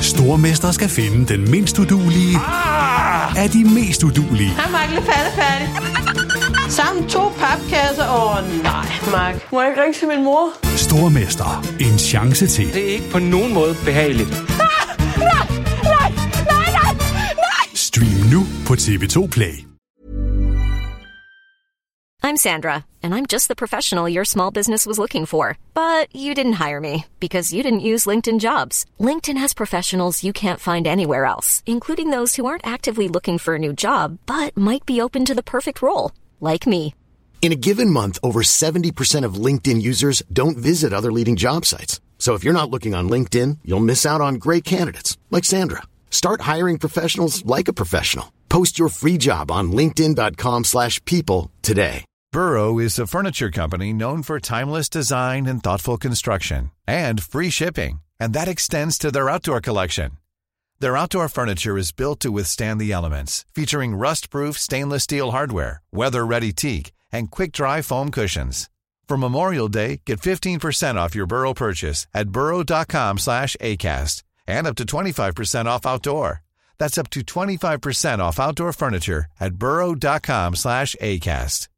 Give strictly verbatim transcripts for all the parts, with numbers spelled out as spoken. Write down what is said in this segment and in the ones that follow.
Stormester skal finde den mindst uduelige ah! af de mest uduelige. Hej, Michael. Færdig. Sammen to papkasser. Åh, oh, nej, Mark. Må jeg ikke ringe til min mor? Stormester. En chance til. Det er ikke på nogen måde behageligt. Ah! Nej, nej, nej, nej, nej! Stream nu på T V to Play. I'm Sandra, and I'm just the professional your small business was looking for. But you didn't hire me because you didn't use LinkedIn Jobs. LinkedIn has professionals you can't find anywhere else, including those who aren't actively looking for a new job, but might be open to the perfect role, like me. In a given month, over seventy percent of LinkedIn users don't visit other leading job sites. So if you're not looking on LinkedIn, you'll miss out on great candidates like Sandra. Start hiring professionals like a professional. Post your free job on linkedin dot com slash people today. Burrow is a furniture company known for timeless design and thoughtful construction and free shipping, and that extends to their outdoor collection. Their outdoor furniture is built to withstand the elements, featuring rust-proof stainless steel hardware, weather-ready teak, and quick-dry foam cushions. For Memorial Day, get fifteen percent off your Burrow purchase at burrow dot com slash acast, and up to twenty-five percent off outdoor. That's up to twenty-five percent off outdoor furniture at burrow dot com slash acast.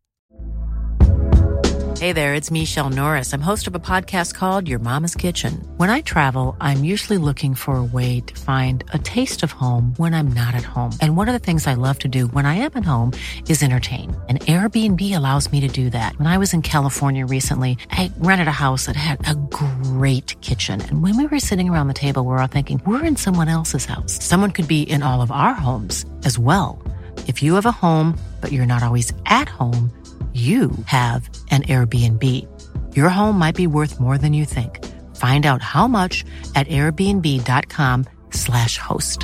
Hey there, it's Michelle Norris. I'm host of a podcast called Your Mama's Kitchen. When I travel, I'm usually looking for a way to find a taste of home when I'm not at home. And one of the things I love to do when I am at home is entertain. And Airbnb allows me to do that. When I was in California recently, I rented a house that had a great kitchen. And when we were sitting around the table, we were all thinking, we're in someone else's house. Someone could be in all of our homes as well. If you have a home, but you're not always at home, you have an Airbnb. Your home might be worth more than you think. Find out how much at airbnb dot com slash host.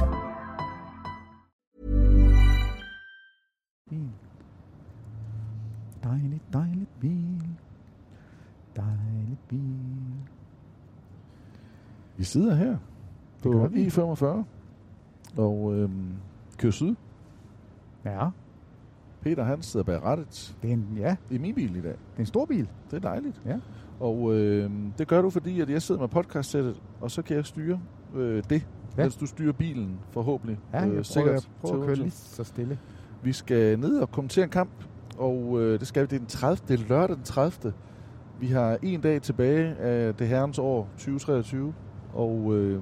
Dejligt, dejligt bil. Dejligt bil. Vi sidder her på E femogfyrre og øhm, kører syd. Ja. Peter, han sidder bag rattet. Det er en, ja. I min bil i dag. Det er en stor bil. Det er dejligt. Ja. Og øh, det gør du, fordi at jeg sidder med podcastsættet, og så kan jeg styre øh, det, ja. Mens du styrer bilen, forhåbentlig. Ja, jeg øh, prøver, sikkert. jeg prøver at køre lige så stille. Vi skal ned og kommentere en kamp, og øh, det skal vi. Det er den tredivte Det er lørdag den tredivte Vi har en dag tilbage af det herrens år tyve treogtyve og øh,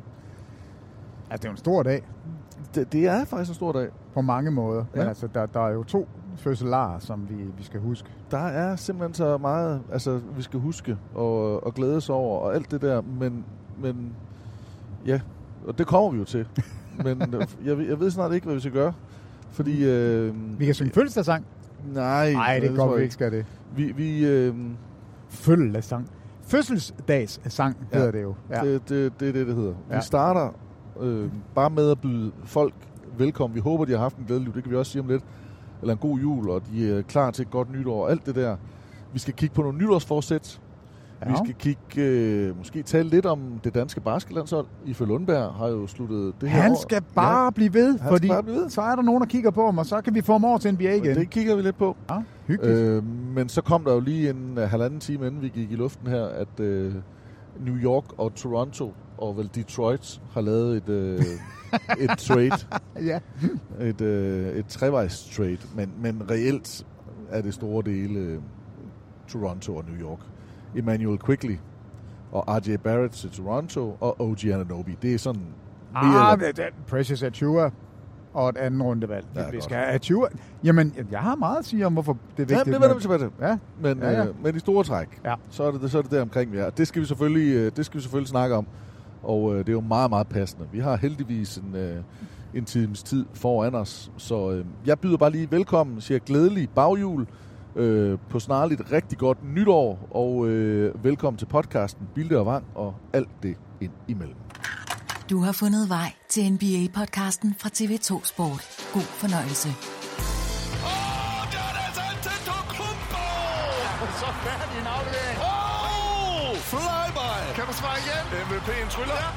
ja, det er jo en stor dag. Det, det er faktisk en stor dag. På mange måder. Ja. Men altså, der, der er jo to fødselarer, som vi, vi skal huske. Der er simpelthen så meget, altså vi skal huske og, og glæde sig over og alt det der, men, men ja, og det kommer vi jo til. Men jeg, jeg ved snart ikke, hvad vi skal gøre, fordi... Øh, vi kan synge fødselsdagssang. Nej. Nej, det kommer vi ikke skal det. Vi... vi øh, fødselsdagssang. Fødselsdagssang hedder ja, det jo. Ja. Det, det, det er det, det hedder. Ja. Vi starter øh, bare med at byde folk velkommen. Vi håber, de har haft en glædelig jul. Det kan vi også sige om lidt. Eller en god jul, og de er klar til et godt nytår. Alt det der. Vi skal kigge på nogle nytårsforsæt. Ja. Vi skal kigge, øh, måske tale lidt om det danske basketlandshold. Ifølge Lundberg har jo sluttet det her Han år. skal bare ja. blive ved, Han fordi bare blive ved. Så er der nogen, der kigger på ham, og så kan vi få ham over til N B A igen. Det kigger vi lidt på. Ja, hyggeligt. Øh, men så kom der jo lige en uh, halvanden time, inden vi gik i luften her, at uh, New York og Toronto og vel Detroit har lavet et, uh, et trade. Ja. Et, uh, et trevejs trade, men, men reelt er det store dele uh, Toronto og New York. Emmanuel Quickley og R J Barrett til Toronto og O G Anunoby. Det er sådan mere... Ah, det, det, Precious Achiuwa og et anden rundevalg. Ja, vi skal have Achiuwa. Jamen, jeg har meget at sige om, hvorfor det er vigtigt. Ja, det vender vi tilbage til. Ja. Men ja, ja. Øh, med de store træk, ja. så, er det, så er det der omkring, vi er. Det skal vi selvfølgelig, øh, det skal vi selvfølgelig snakke om. Og øh, det er jo meget, meget passende. Vi har heldigvis en, øh, en times tid foran os. Så øh, jeg byder bare lige velkommen, siger glædelig baghjul øh, på snarligt rigtig godt nytår. Og øh, velkommen til podcasten Bilde og Vang og alt det ind imellem. Du har fundet vej til N B A-podcasten fra T V to Sport. God fornøjelse. Åh, oh, det er altså Antetokounmpo! Så færdig en aflevering. Åh, oh, flyby! Kan du svare igen? M V P'en tryller. Ja,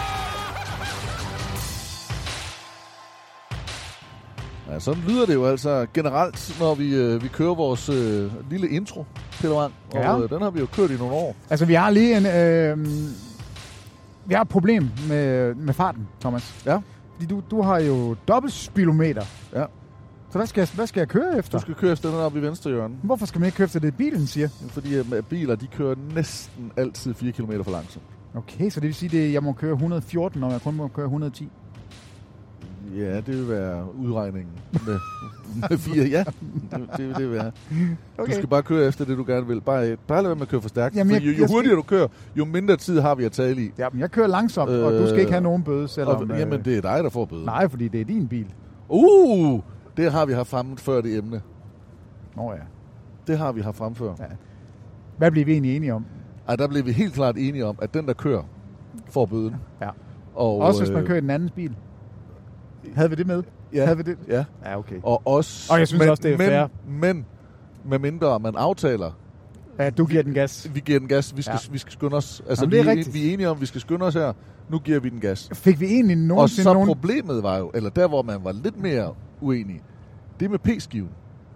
ja! Ja, sådan lyder det jo altså generelt, når vi, øh, vi kører vores øh, lille intro, Peter Wang. Og ja. øh, den har vi jo kørt i nogle år. Altså, vi har lige en... Øh, Vi har et problem med, med farten, Thomas. Ja. Fordi du, du har jo dobbelt speedometer. Ja. Så hvad skal, jeg, hvad skal jeg køre efter? Du skal køre efter den oppe i venstre hjørne. Hvorfor skal man ikke køre efter det, bilen siger? Fordi at biler, de kører næsten altid fire kilometer for langsomt. Okay, så det vil sige, at jeg må køre et hundrede og fjorten, når jeg kun må køre et hundrede og ti? Ja, det vil være udregningen med, med fire. Ja, det, det vil det være. Okay. Du skal bare køre efter det, du gerne vil. Bare, bare lad være med at køre for stærkt. Jamen, jeg, jo, jo hurtigere skal... du kører, jo mindre tid har vi at tale i. Ja, men jeg kører langsomt, øh, og du skal ikke have nogen bøde, selvom... Og, jamen, det er dig, der får bøde. Nej, fordi det er din bil. Uh, det har vi haft fremmet før, det emne. Nå ja. Det har vi haft frem før. Ja. Hvad bliver vi egentlig enige om? Ej, der blev vi helt klart enige om, at den, der kører, får bøden. Ja. Og, også hvis man kører i den andens bil. Havde vi det med? Ja. Havde vi det? Ja. Ja, okay. Og, også, og jeg synes men, også, det er men, fair. Men, med mindre man aftaler... Ja, du giver den gas. Vi giver den gas. Vi skal, ja. vi skal skynde os. Altså, Jamen, det er vi, vi er enige om, at vi skal skynde os her. Nu giver vi den gas. Fik vi egentlig nogensinde Og så nogen... problemet var jo, eller der, hvor man var lidt mere uenig, det med P-skiven.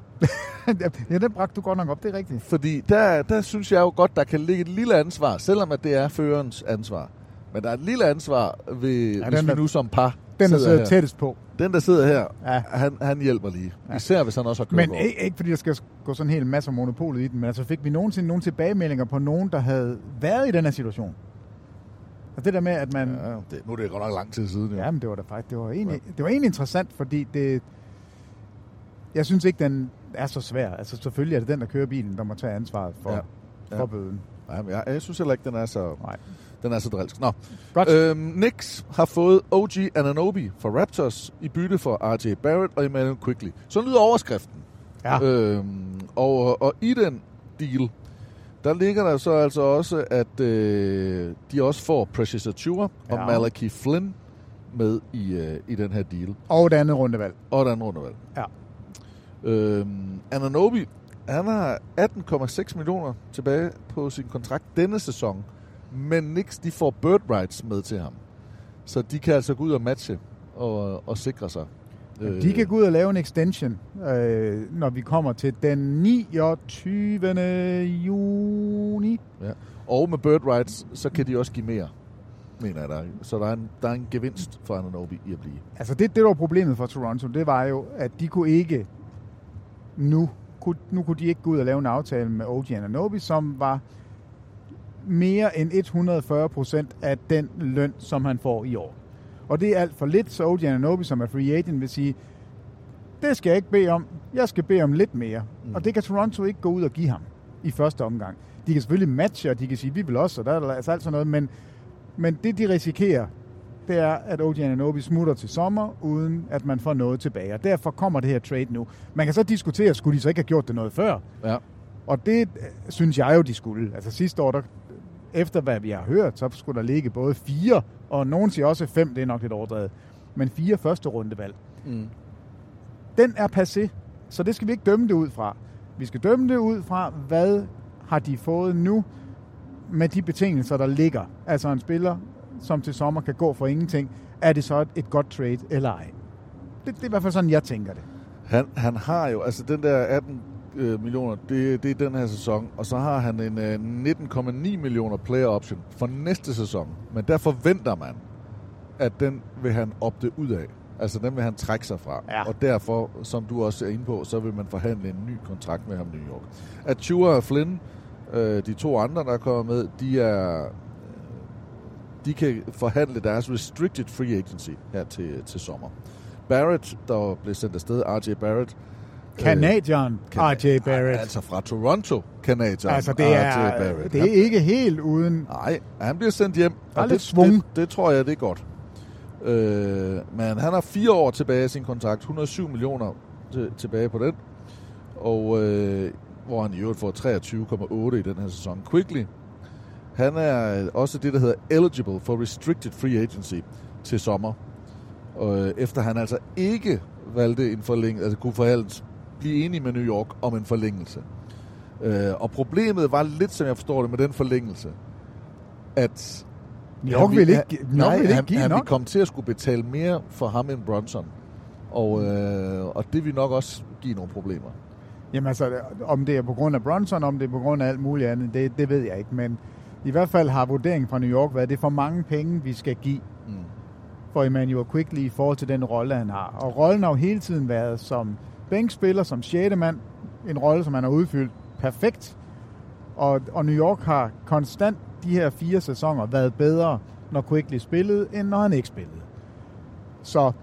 Ja, den bragte du godt nok op, det er rigtigt. Fordi der, der synes jeg jo godt, der kan ligge et lille ansvar, selvom at det er førerens ansvar. Men der er et lille ansvar, ved, ja, hvis vi der, nu som par den, der sidder her. tættest på. Den, der sidder her, ja. han, han hjælper lige. Ja. Især hvis han også har kørt. Men ikke, ikke fordi der skal gå sådan en hel masse om monopolet i den, men altså fik vi nogensinde nogle tilbagemeldinger på nogen, der havde været i den her situation? Og det der med, at man... Ja, det, nu er det godt nok lang tid siden. Jo. Ja, men det var da faktisk... Det var egentlig, ja. det var egentlig interessant, fordi det... Jeg synes ikke, den er så svær. Altså selvfølgelig er det den, der kører bilen, der må tage ansvaret for, ja. Ja. for bøden. Ja, men jeg, jeg synes heller ikke, den er så... Nej. Den er så drilsk. Nå. Godt. Øhm, Knicks har fået O G Anunoby fra Raptors i bytte for R J Barrett og Immanuel Quickley. Sådan lyder overskriften. Ja. Øhm, og, og i den deal, der ligger der så altså også, at øh, de også får Precious Achiuwa ja. og Malachi Flynn med i, øh, i den her deal. Og det andet rundevalg. Og det andet rundevalg. Ja. Øhm, Anunoby, han har atten komma seks millioner tilbage på sin kontrakt denne sæson. Men Knicks, de får bird rights med til ham. Så de kan altså gå ud og matche og, og sikre sig. Ja, de kan gå ud og lave en extension, øh, når vi kommer til den niogtyvende juni. Ja. Og med bird rights, så kan de også give mere, mener jeg der. Så der er en, der er en gevinst for Anunoby i at blive. Altså det, det der var problemet for Toronto, det var jo, at de kunne ikke nu, kunne, nu kunne de ikke gå ud og lave en aftale med O G Anunoby, som var mere end hundrede og fyrre procent af den løn, som han får i år. Og det er alt for lidt, så O G Anunoby, som er free agent, vil sige, det skal jeg ikke bede om. Jeg skal bede om lidt mere. Mm. Og det kan Toronto ikke gå ud og give ham i første omgang. De kan selvfølgelig matche, og de kan sige, vi vil også, og der er altså alt sådan noget, men, men det, de risikerer, det er, at O G Anunoby smutter til sommer, uden at man får noget tilbage. Og derfor kommer det her trade nu. Man kan så diskutere, skulle de så ikke have gjort det noget før? Ja. Og det synes jeg jo, de skulle. Altså sidste år, der efter hvad vi har hørt, så skulle der ligge både fire, og nogen siger også fem, det er nok lidt overdrevet, men fire første rundevalg. Mm. Den er passé, så det skal vi ikke dømme det ud fra. Vi skal dømme det ud fra, hvad har de fået nu med de betingelser, der ligger. Altså en spiller, som til sommer kan gå for ingenting. Er det så et, et godt trade eller ej? Det, det er i hvert fald sådan, jeg tænker det. Han, han har jo, altså den der atten millioner, det, det er den her sæson, og så har han en uh, nitten komma ni millioner player option for næste sæson. Men der forventer man, at den vil han opte ud af. Altså den vil han trække sig fra. Ja. Og derfor, som du også er inde på, så vil man forhandle en ny kontrakt med ham i New York. Achiuwa og Flynn, øh, de to andre, der kommer med, de er de kan forhandle deres restricted free agency her til, til sommer. Barrett, der blev sendt afsted, R J Barrett, Canadian R J Barrett. Altså fra Toronto, Canadian altså det er, R J Barrett. Det er ikke helt uden... Nej, han bliver sendt hjem. Der er og lidt det, svung. Det, det tror jeg, det er godt. Øh, men han har fire år tilbage i sin kontrakt. hundrede og syv millioner til, tilbage på den. Og øh, hvor han i øvrigt får treogtyve komma otte i den her sæson. Quickley, han er også det, der hedder eligible for restricted free agency til sommer. Og øh, efter han altså ikke valgte en forlængelse, altså kunne forhandles blive enige med New York om en forlængelse. Øh, og problemet var lidt, som jeg forstår det, med den forlængelse, at New York vil ikke, nej, vil ikke han, give han nok. vil komme til at skulle betale mere for ham end Brunson. Og, øh, og det vil nok også give nogle problemer. Jamen altså, om det er på grund af Brunson, om det er på grund af alt muligt andet, det, det ved jeg ikke. Men I hvert fald har vurderingen fra New York været, at det er for mange penge, vi skal give mm. for Immanuel Quickley i forhold til den rolle, han har. Og rollen har jo hele tiden været som bænkspiller, som sjette mand. En rolle, som han har udfyldt perfekt. Og, og New York har konstant de her fire sæsoner været bedre, når Quickley spillede, end når han ikke spillede. Så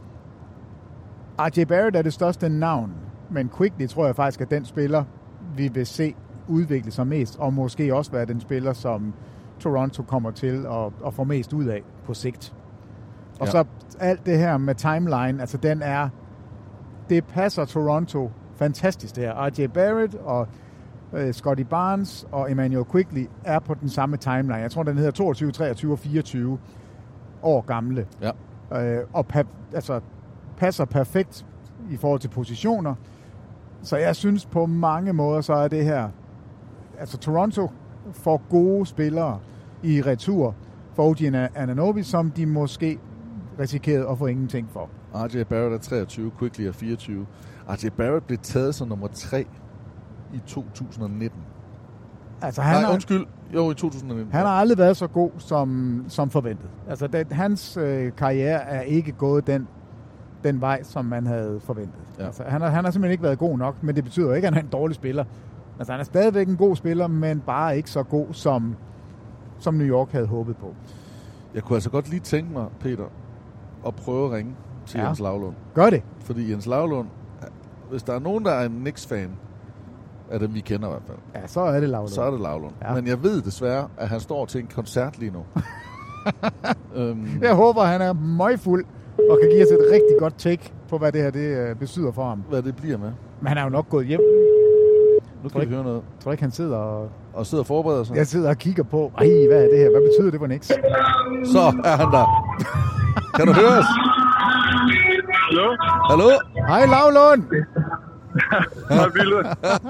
R J Barrett er det største navn, men Quickley tror jeg faktisk er den spiller, vi vil se udvikle sig mest, og måske også være den spiller, som Toronto kommer til at, at få mest ud af på sigt. Og ja. Så alt det her med timeline, altså den er, det passer Toronto fantastisk det her. R J Barrett og øh, Scotty Barnes og Immanuel Quickley er på den samme timeline. Jeg tror, den hedder toogtyve, treogtyve og fireogtyve år gamle. Ja. Øh, og pa- altså, passer perfekt i forhold til positioner. Så jeg synes på mange måder, så er det her, altså Toronto får gode spillere i retur for O G Anunoby, som de måske risikerede at få ingenting for. R J Barrett er treogtyve, Quickley er fireogtyve. R J Barrett blev taget som nummer tre i to tusind nitten. Altså, han Nej, har, undskyld. Jo, i to tusind nitten. Han har aldrig været så god som, som forventet. Altså, den, hans øh, karriere er ikke gået den, den vej, som man havde forventet. Ja. Altså, han, har, han har simpelthen ikke været god nok, men det betyder jo ikke, at han er en dårlig spiller. Altså, han er stadigvæk en god spiller, men bare ikke så god, som, som New York havde håbet på. Jeg kunne altså godt lige tænke mig, Peter, at prøve at ringe til ja. Jens Lavlund. Gør det. Fordi Jens Lavlund, hvis der er nogen, der er en Knicks-fan, af dem vi kender i hvert fald. Ja, så er det Lavlund. Så er det Lavlund. Ja. Men jeg ved desværre, at han står til en koncert lige nu. øhm. Jeg håber, han er møgfuld og kan give os et rigtig godt take på, hvad det her det betyder for ham. Hvad det bliver med. Men han er jo nok gået hjem. Nu kan vi høre noget. Tror ikke, han sidder og... Og sidder og forbereder sig? Jeg sidder og kigger på, ej, hvad er det her? Hvad betyder det for Knicks? Så er han der. Kan du høre os? Hallo? Hallo? Hej, Lavlund! Hej, Bille.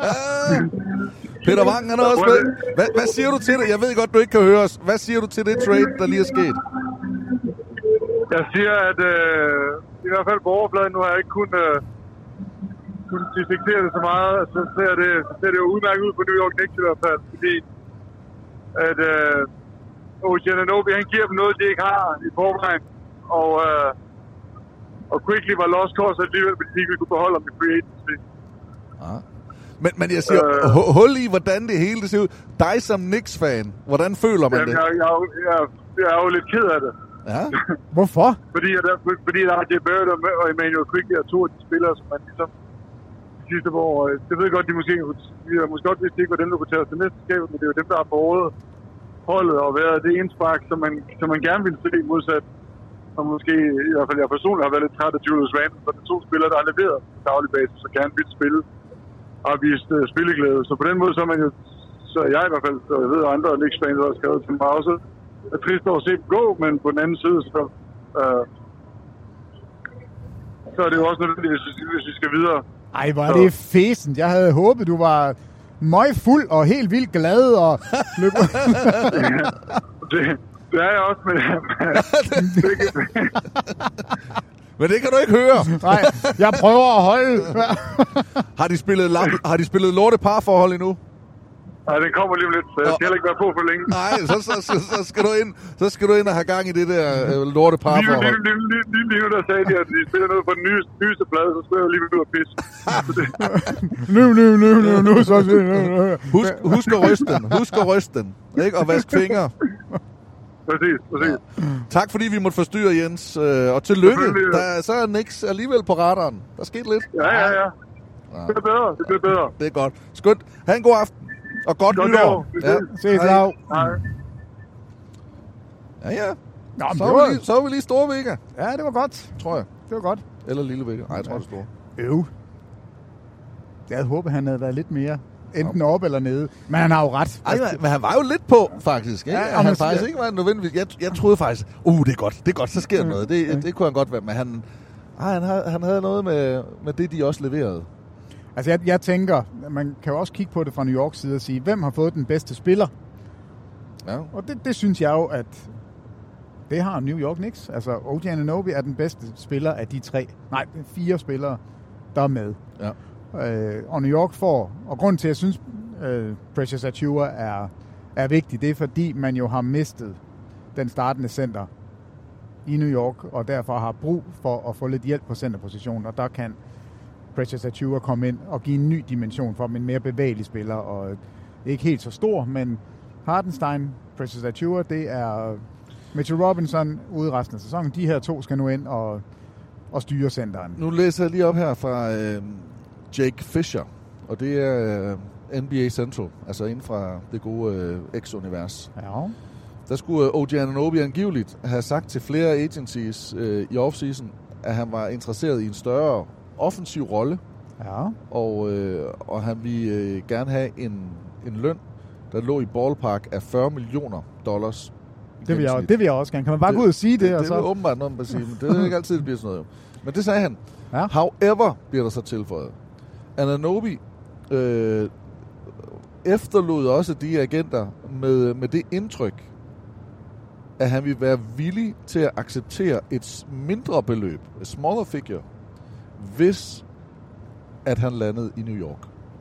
Peter Wang, han er også med. Hvad, hvad siger du til det? Jeg ved godt, du ikke kan høre os. Hvad siger du til det trade, der lige er sket? Jeg siger, at øh, i hvert fald på overfladen, nu har jeg ikke kun, øh, kun dissektere det så meget, så ser det, så ser det jo udmærket ud på New York Knicks i hvert fald, fordi at øh, O G Anunoby, han giver dem noget, de ikke har i forvejen, og, øh, og Quickley var lost cause alligevel, fordi de ikke kunne beholde ham i free agency. Ja. Men, men jeg siger, øh, hul i, hvordan det hele det ser ud. Dig som Knicks-fan, hvordan føler man jamen, det? Jeg, jeg, jeg, jeg er jo lidt ked af det. Ja. Hvorfor? Fordi, at, fordi der er R J Barrett og Immanuel Quickley er to af de spillere, som man ligesom de sidste år, det ved jeg godt, de måske, de har måske godt vidst ikke, var dem, der kunne tage os til mesterskabet, men det er jo dem, der har båret holdet og været det indspark, som man, som man gerne ville se modsat. Og måske, i hvert fald jeg personligt har været lidt træt af Julius Randle, for de to spillere, der har leveret på daglig basis og gerne vil spille og har vist uh, spilleglæde. Så på den måde, så er man jo, så er jeg i hvert fald, så jeg ved, at andre Knicks-fans har skrevet til mig også, er trist over at se dem gå, men på den anden side, så, uh, så er det jo også nødvendigt, hvis, hvis vi skal videre. Ej, hvor er det fæsent. Jeg havde håbet, du var møgfuld og helt vildt glad og lykke. det, det er jeg også, men... Men det kan du ikke høre. Nej, jeg prøver at holde. har, de spillet, har de spillet lorte parforhold endnu? Nej, den kommer lige om lidt, så jeg skal heller ikke være på for længe. Nej, så, så, så, så, skal du ind, så skal du ind og have gang i det der øh, lorte parforhold. Lige, lige, lige, lige, lige nu, der sagde de, at de spiller noget på den nyeste, nyeste plade, så skulle jeg lige ud og pisse. nu, nu, nu, nu, nu, så husk, husk at ryste den, husk at ryste den, ikke? Og vask fingre. Præcis, præcis. Ja. Tak fordi vi måtte forstyrre, Jens. Øh, og tillykke. Der, så er Knicks alligevel på radaren. Der skete lidt. Ja, ja, ja. Det er bedre, det bliver bedre. Det er godt. Skønt. Ha' en god aften. Og godt, godt nytår. Ja. Ses, Lav. Hej. Ja, ja. Nå, så, var vi lige, så var vi lige store Vega. Ja, det var godt. Tror jeg. Det var godt. Eller lille Vega. Nej, jeg tror, det er store. Øv. Jeg havde håbet, han havde været lidt mere enten op eller nede. Men han har jo ret. Ej, men han var jo lidt på, faktisk. Ikke? Ja, han man faktisk siger... ikke var nødvendigvis. Jeg, jeg troede faktisk, uh, det er godt, det er godt, så sker mm. noget. Det, ja. det kunne han godt være, men han, ej, han, havde, han havde noget med, med det, de også leverede. Altså, jeg, jeg tænker, man kan jo også kigge på det fra New Yorks side og sige, hvem har fået den bedste spiller? Ja. Og det, det synes jeg jo, at det har New York Knicks. Altså, O G Anunoby er den bedste spiller af de tre, nej, fire spillere, der er med. Ja. Øh, og New York får, og grund til, at jeg synes, øh, Precious Achiuwa er, er vigtig. Det er fordi, man jo har mistet den startende center i New York, og derfor har brug for at få lidt hjælp på centerpositionen, og der kan Precious Achiuwa komme ind og give en ny dimension for dem, en mere bevægelig spiller, og ikke helt så stor, men Hartenstein, Precious Achiuwa, det er Mitchell Robinson ude resten af sæsonen. De her to skal nu ind og, og styre centeren. Nu læser jeg lige op her fra øh, Jake Fisher, og det er øh, N B A Central, altså inden fra det gode øh, X-univers. Ja. Der skulle øh, O G Anunoby angiveligt have sagt til flere agencies øh, i offseason, at han var interesseret i en større offensiv rolle, ja. og, øh, og han ville øh, gerne have en, en løn, der lå i ballpark af fyrre millioner dollars. Det vil, jeg, det vil jeg også gerne. Kan man bare det, gå ud og sige det? Det, og det så? er åbenbart noget, man sige, men det er ikke altid, det bliver sådan noget. Men det sagde han. Ja. However, bliver der så tilføjet. Anunoby øh, efterlod også de agenter med, med det indtryk, at han ville være villig til at acceptere et mindre beløb, et smaller figure, hvis at han landede i New York.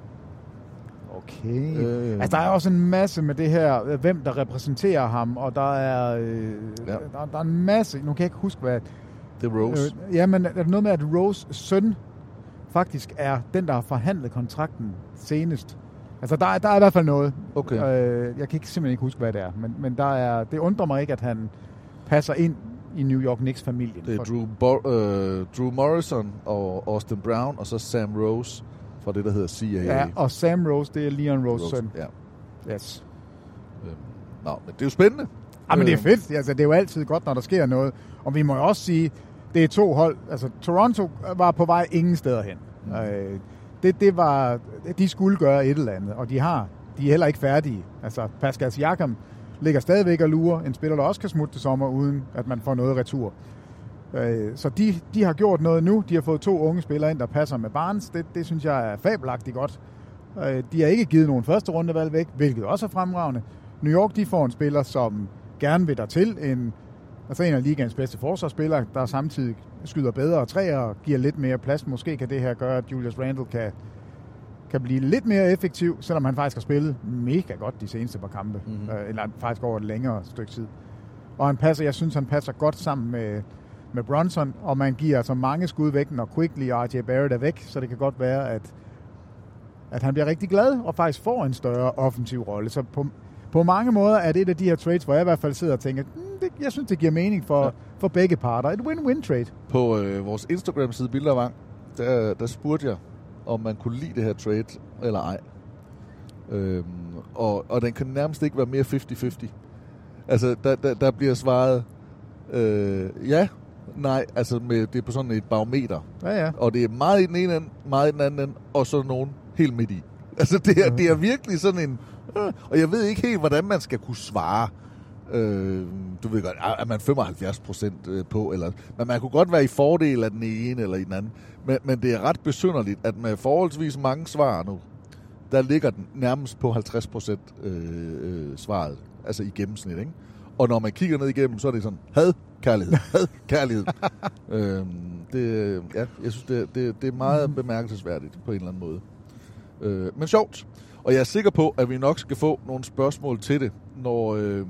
Okay. Øh. Altså, der er også en masse med det her, hvem der repræsenterer ham, og der er, øh, ja. der, der er en masse, nu kan jeg ikke huske, hvad... Det er Rose. Øh, ja, men er det noget med, at Rose søn faktisk er den, der har forhandlet kontrakten senest? Altså, der er, der er i hvert fald noget. Okay. Øh, jeg kan ikke, simpelthen ikke huske, hvad det er, men, men der er, det undrer mig ikke, at han passer ind i New York Knicks-familien. Det er Drew, Bo- øh, Drew Morrison og Austin Brown, og så Sam Rose fra det, der hedder C A A. Ja, og Sam Rose, det er Leon Rose, Rose søn. Ja. Yes. Øhm, nå, men det er jo spændende. Ja, men det er fedt. Altså, det er jo altid godt, når der sker noget. Og vi må jo også sige, det er to hold. Altså, Toronto var på vej ingen steder hen. Mm. Øh, det, det var, de skulle gøre et eller andet, og de har. De er heller ikke færdige. Altså, Pascal Siakam ligger stadigvæk og lurer. En spiller, der også kan smutte til sommer, uden at man får noget retur. Øh, så de, de har gjort noget nu. De har fået to unge spillere ind, der passer med Barnes. Det, det synes jeg er fabelagtigt godt. Øh, de har ikke givet nogen første rundevalg væk, hvilket også er fremragende. New York, de får en spiller, som gerne vil dertil. En, altså en af ligaens bedste forsvarsspillere, der samtidig skyder bedre og træer og giver lidt mere plads. Måske kan det her gøre, at Julius Randle kan, kan blive lidt mere effektiv, selvom han faktisk har spillet mega godt de seneste par kampe. Mm-hmm. Øh, eller faktisk over et længere stykke tid. Og han passer, jeg synes, han passer godt sammen med, med Brunson, og man giver altså mange skud væk, når Quickly og R J Barrett er væk, så det kan godt være, at, at han bliver rigtig glad og faktisk får en større offensiv rolle. Så på, på mange måder er det et af de her trades, hvor jeg i hvert fald sidder og tænker, mm, det, jeg synes, det giver mening for, ja. for begge parter. Et win-win trade. På øh, vores Instagram-side Bildervang, der, der spurgte jeg, om man kunne lide det her trade eller ej. Øhm, og, og den kan nærmest ikke være mere halvtreds halvtreds. Altså, der, der, der bliver svaret øh, ja, nej, altså med, det er på sådan et barometer. Ja, ja. Og det er meget i den ene ende, meget i den anden ende, og så nogen helt midt i. Altså, det er, det er virkelig sådan en... Øh, og jeg ved ikke helt, hvordan man skal kunne svare. Øh, du ved godt, er man femoghalvfjerds procent på, eller, men man kunne godt være i fordel af den ene eller i den anden. Men, men det er ret besynderligt, at med forholdsvis mange svar nu, der ligger den nærmest på halvtreds procent øh, øh, svaret, altså i gennemsnit, ikke? Og når man kigger ned igennem, så er det sådan, had, kærlighed, had, kærlighed. øh, det, ja, jeg synes, det, det, det er meget bemærkelsesværdigt på en eller anden måde. Øh, men sjovt. Og jeg er sikker på, at vi nok skal få nogle spørgsmål til det, når, øh,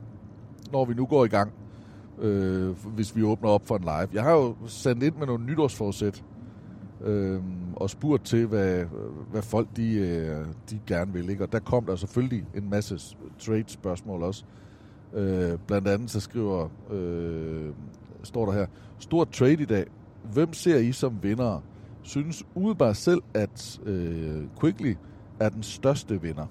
når vi nu går i gang, øh, hvis vi åbner op for en live. Jeg har jo sendt ind med nogle nytårsforsæt, øh, og spurgt til, hvad, hvad folk de, øh, de gerne vil. Ikke? Og der kom der selvfølgelig en masse trade-spørgsmål også. Øh, blandt andet så skriver, øh, står der her, stort trade i dag. Hvem ser I som vindere? Synes umiddelbart selv, at øh, Quickly er den største vinder.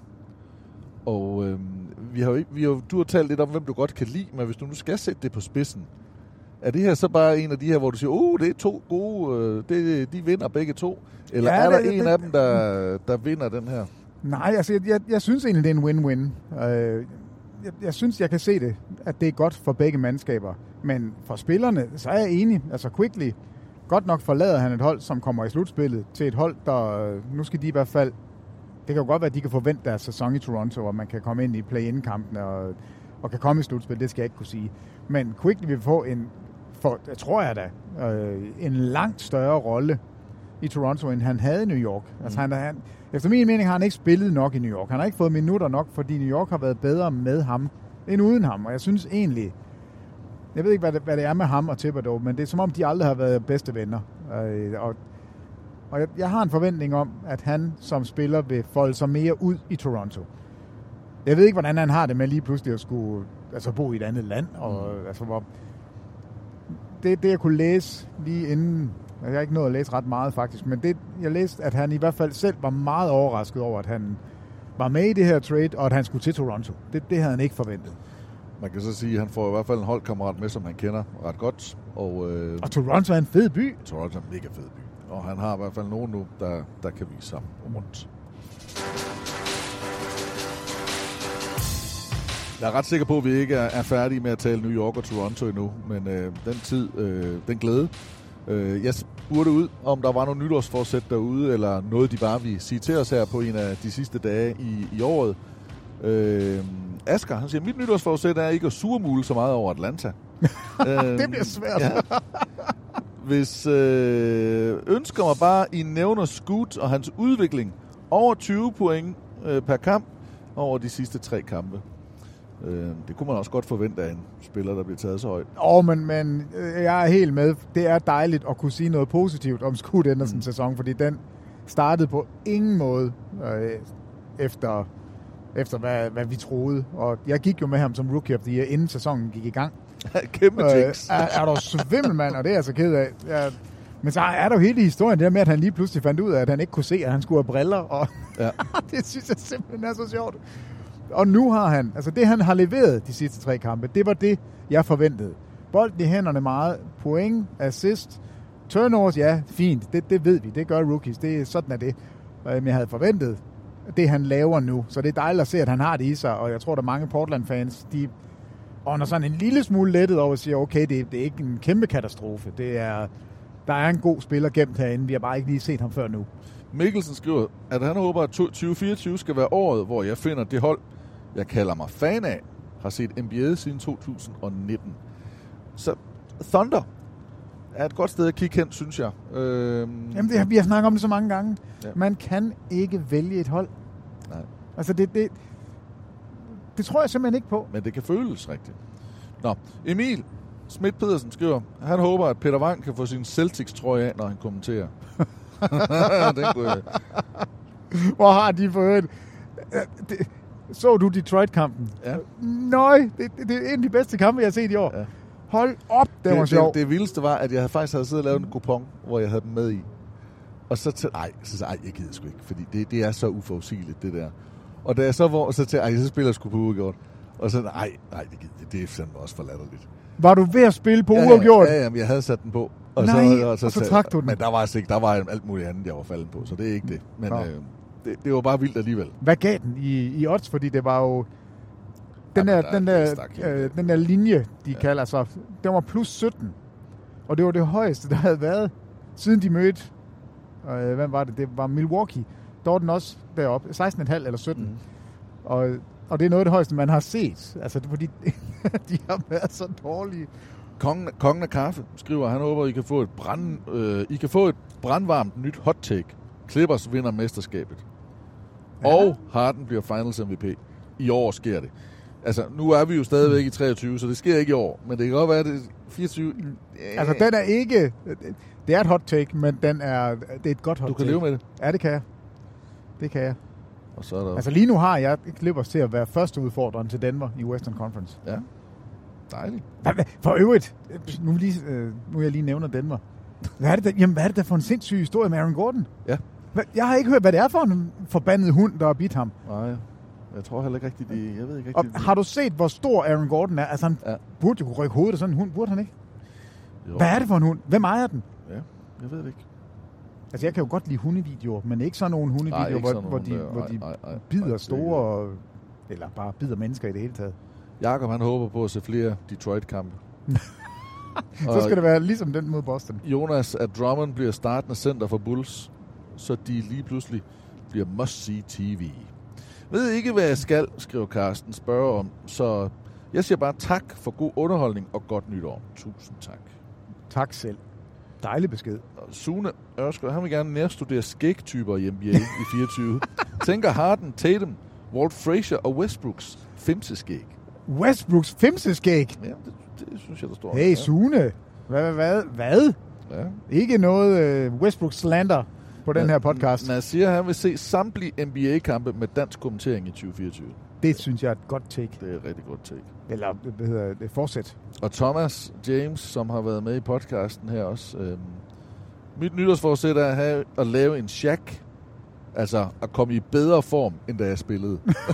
Og øh, vi har jo, vi har, du har talt lidt om, hvem du godt kan lide, men hvis du nu skal sætte det på spidsen, er det her så bare en af de her, hvor du siger, oh, det er to gode, øh, det, de vinder begge to? Eller ja, er der det, en det, af dem, der, der vinder den her? Nej, altså jeg, jeg, jeg synes egentlig, det er en win-win. Øh, jeg, jeg synes, jeg kan se det, at det er godt for begge mandskaber. Men for spillerne, så er jeg enig. Altså Quickly, godt nok forlader han et hold, som kommer i slutspillet, til et hold, der nu skal de i hvert fald. Det kan jo godt være, at de kan forvente deres sæson i Toronto, og man kan komme ind i play-in-kampene og, og kan komme i slutspil. Det skal jeg ikke kunne sige. Men Quickly vil få en, for, jeg tror jeg da, øh, en langt større rolle i Toronto, end han havde i New York. Mm. Altså, han, han, efter min mening har han ikke spillet nok i New York. Han har ikke fået minutter nok, fordi New York har været bedre med ham, end uden ham. Og jeg synes egentlig, jeg ved ikke, hvad det, hvad det er med ham og Thibodeau, men det er som om, de aldrig har været bedste venner. Øh, og og jeg, jeg har en forventning om, at han som spiller vil folde sig mere ud i Toronto. Jeg ved ikke, hvordan han har det med lige pludselig at skulle altså, bo i et andet land. Og, mm. altså, hvor det, det, jeg kunne læse lige inden, jeg har ikke nået at læse ret meget faktisk, men det, jeg læste, at han i hvert fald selv var meget overrasket over, at han var med i det her trade, og at han skulle til Toronto. Det, det havde han ikke forventet. Man kan så sige, at han får i hvert fald en holdkammerat med, som han kender ret godt. Og, øh, og Toronto er en fed by. Toronto er en mega fed by. Og han har i hvert fald nogen nu, der, der kan vise ham rundt. Jeg er ret sikker på, at vi ikke er, er færdige med at tale New York og Toronto endnu, men øh, den tid, øh, den glæde. Øh, jeg spurgte ud, om der var nogle nytårsforsæt derude, eller noget, de bare vil sige til os her på en af de sidste dage i, i året. Øh, Asger, han siger, mit nytårsforsæt er ikke at surmule så meget over Atlanta. øh, det bliver svært. Ja. Hvis øh, ønsker mig bare, I nævner Scoot og hans udvikling over tyve point øh, per kamp over de sidste tre kampe. Øh, det kunne man også godt forvente af en spiller, der bliver taget så højt. Åh, oh, men, men jeg er helt med. Det er dejligt at kunne sige noget positivt om Scoot Andersens mm. sæson, fordi den startede på ingen måde øh, efter, efter hvad, hvad vi troede. Og jeg gik jo med ham som Rookie of the Year, inden sæsonen gik i gang. Kæmpe øh, tekst. er, er der svimmel, mand, og det er jeg så ked af. Jeg, men så er der jo hele historien der med, at han lige pludselig fandt ud af, at han ikke kunne se, at han skulle have briller. Og ja. Det synes jeg simpelthen er så sjovt. Og nu har han, altså det han har leveret de sidste tre kampe, det var det, jeg forventede. Bolden i hænderne meget, point, assist, turnovers, ja, fint, det, det ved vi, det gør rookies, det, sådan er det. Men jeg havde forventet det, han laver nu, så det er dejligt at se, at han har det i sig, og jeg tror, der er mange Portland-fans, de ånder sådan en lille smule lettet over og siger, okay, det, det er ikke en kæmpe katastrofe, det er, der er en god spiller gemt herinde, vi har bare ikke lige set ham før nu. Mikkelsen skriver, at han håber, at tyve fireogtyve skal være året, hvor jeg finder det hold, jeg kalder mig fan af, har set N B A siden to tusind nitten. Så Thunder er et godt sted at kigge hen, synes jeg. Øhm, Jamen, det, vi har snakket om det så mange gange. Ja. Man kan ikke vælge et hold. Nej. Altså, det, det, det tror jeg simpelthen ikke på. Men det kan føles rigtigt. Nå, Emil Schmidt Pedersen skriver, han håber, at Peter Wang kan få sin Celtics-trøje af, når han kommenterer. Den kunne jeg. Hvor har de fået det? Så du Detroit-kampen? Ja. Nøj, det, det, det er en af de bedste kampe, jeg har set i år. Ja. Hold op, det, det var sjovt. Det, det vildeste var, at jeg faktisk havde siddet og lavet en kupon, hvor jeg havde dem med i. Og så til, ej, så sagde jeg, jeg gider sgu ikke, fordi det, det er så uforudsigeligt, det der. Og da jeg så hvor, så til, ej, så spiller jeg sgu på uafgjort. Og så, nej, nej, det gider det, det er fandme også for latterligt. Var du ved at spille på ja, uafgjort? Ja, ja, men jeg havde sat den på. Og nej, så, og så, og så trak du den. Men der var altså ikke, der var alt muligt andet, jeg var faldet på, så det er ikke det. Men øh, det, det var bare vildt alligevel. Hvad gav den i, i odds? Fordi det var jo den, ja, der, der, den, der, øh, den der linje, de ja. kalder sig, den var plus sytten. Og det var det højeste, der havde været, siden de mødte, øh, hvem var det? Det var Milwaukee. Der var den også deroppe, seksten komma fem eller sytten. Mm. Og, og det er noget af det højeste, man har set. Altså, fordi de har været så dårlige. Kongen, kongen af kaffe skriver, han håber, I kan få et brand, øh, I kan få et brandvarmt nyt hot take. Clippers vinder mesterskabet. Ja. Og Harden bliver Finals M V P. I år sker det. Altså, nu er vi jo stadigvæk i treogtyve, så det sker ikke i år. Men det kan godt være, at det er fireogtyve. Altså, den er ikke... Det er et hot take, men den er, det er et godt hot take. Du kan take. leve med det? Ja, det kan jeg. Det kan jeg. Og så er der... Altså, lige nu har jeg Clippers til at være første udfordreren til Denver i Western Conference. Ja. Dejligt. For øvrigt, nu, lige, nu jeg lige nævner Denver. Hvad er, det der, jamen, hvad er det der for en sindssyg historie med Aaron Gordon? Ja. Jeg har ikke hørt, hvad det er for en forbandet hund, der har bidt ham. Nej, jeg tror heller ikke rigtigt, de, jeg ved ikke rigtigt. Og har du set, hvor stor Aaron Gordon er? Altså, han ja. burde jo kunne rykke hovedet af sådan en hund, burde han ikke? Jo. Hvad er det for en hund? Hvem ejer den? Ja, jeg ved det ikke. Altså, jeg kan jo godt lide hundevideoer, men ikke sådan nogle hundevideoer, hvor, hvor de, hvor de ej, ej, ej, bider ej, store, og, eller bare bider mennesker i det hele taget. Jakob, han håber på at se flere Detroit-kampe. Så skal det være ligesom den mod Boston. Jonas, at Drummond bliver startende center for Bulls, så de lige pludselig bliver must-see T V. Ved ikke, hvad jeg skal, skriver Carsten, spørger om, så jeg siger bare tak for god underholdning og godt nytår. Tusind tak. Tak selv. Dejlig besked. Sune Ørskov, han vil gerne nærstudere skægtyper i N B A i fireogtyve. Tænker Harden, Tatum, Walt Frazier og Westbrooks femseskæg. Westbrooks femseskæg? Ja, det, det synes jeg, der står. Hey, Sune. Hvad? Hvad? Hvad? Ja. Ikke noget uh, Westbrook slander på den men, her podcast. Men jeg siger, at han vil se samtlige N B A-kampe med dansk kommentering i tyve fireogtyve. Det synes jeg er et godt take. Det er et rigtig godt take. Eller, hvad hedder det? Fortsæt. Og Thomas James, som har været med i podcasten her også. Øhm, mit nytårsforsæt er at, have, at lave en Shaq. Altså at komme i bedre form, end da jeg spillede.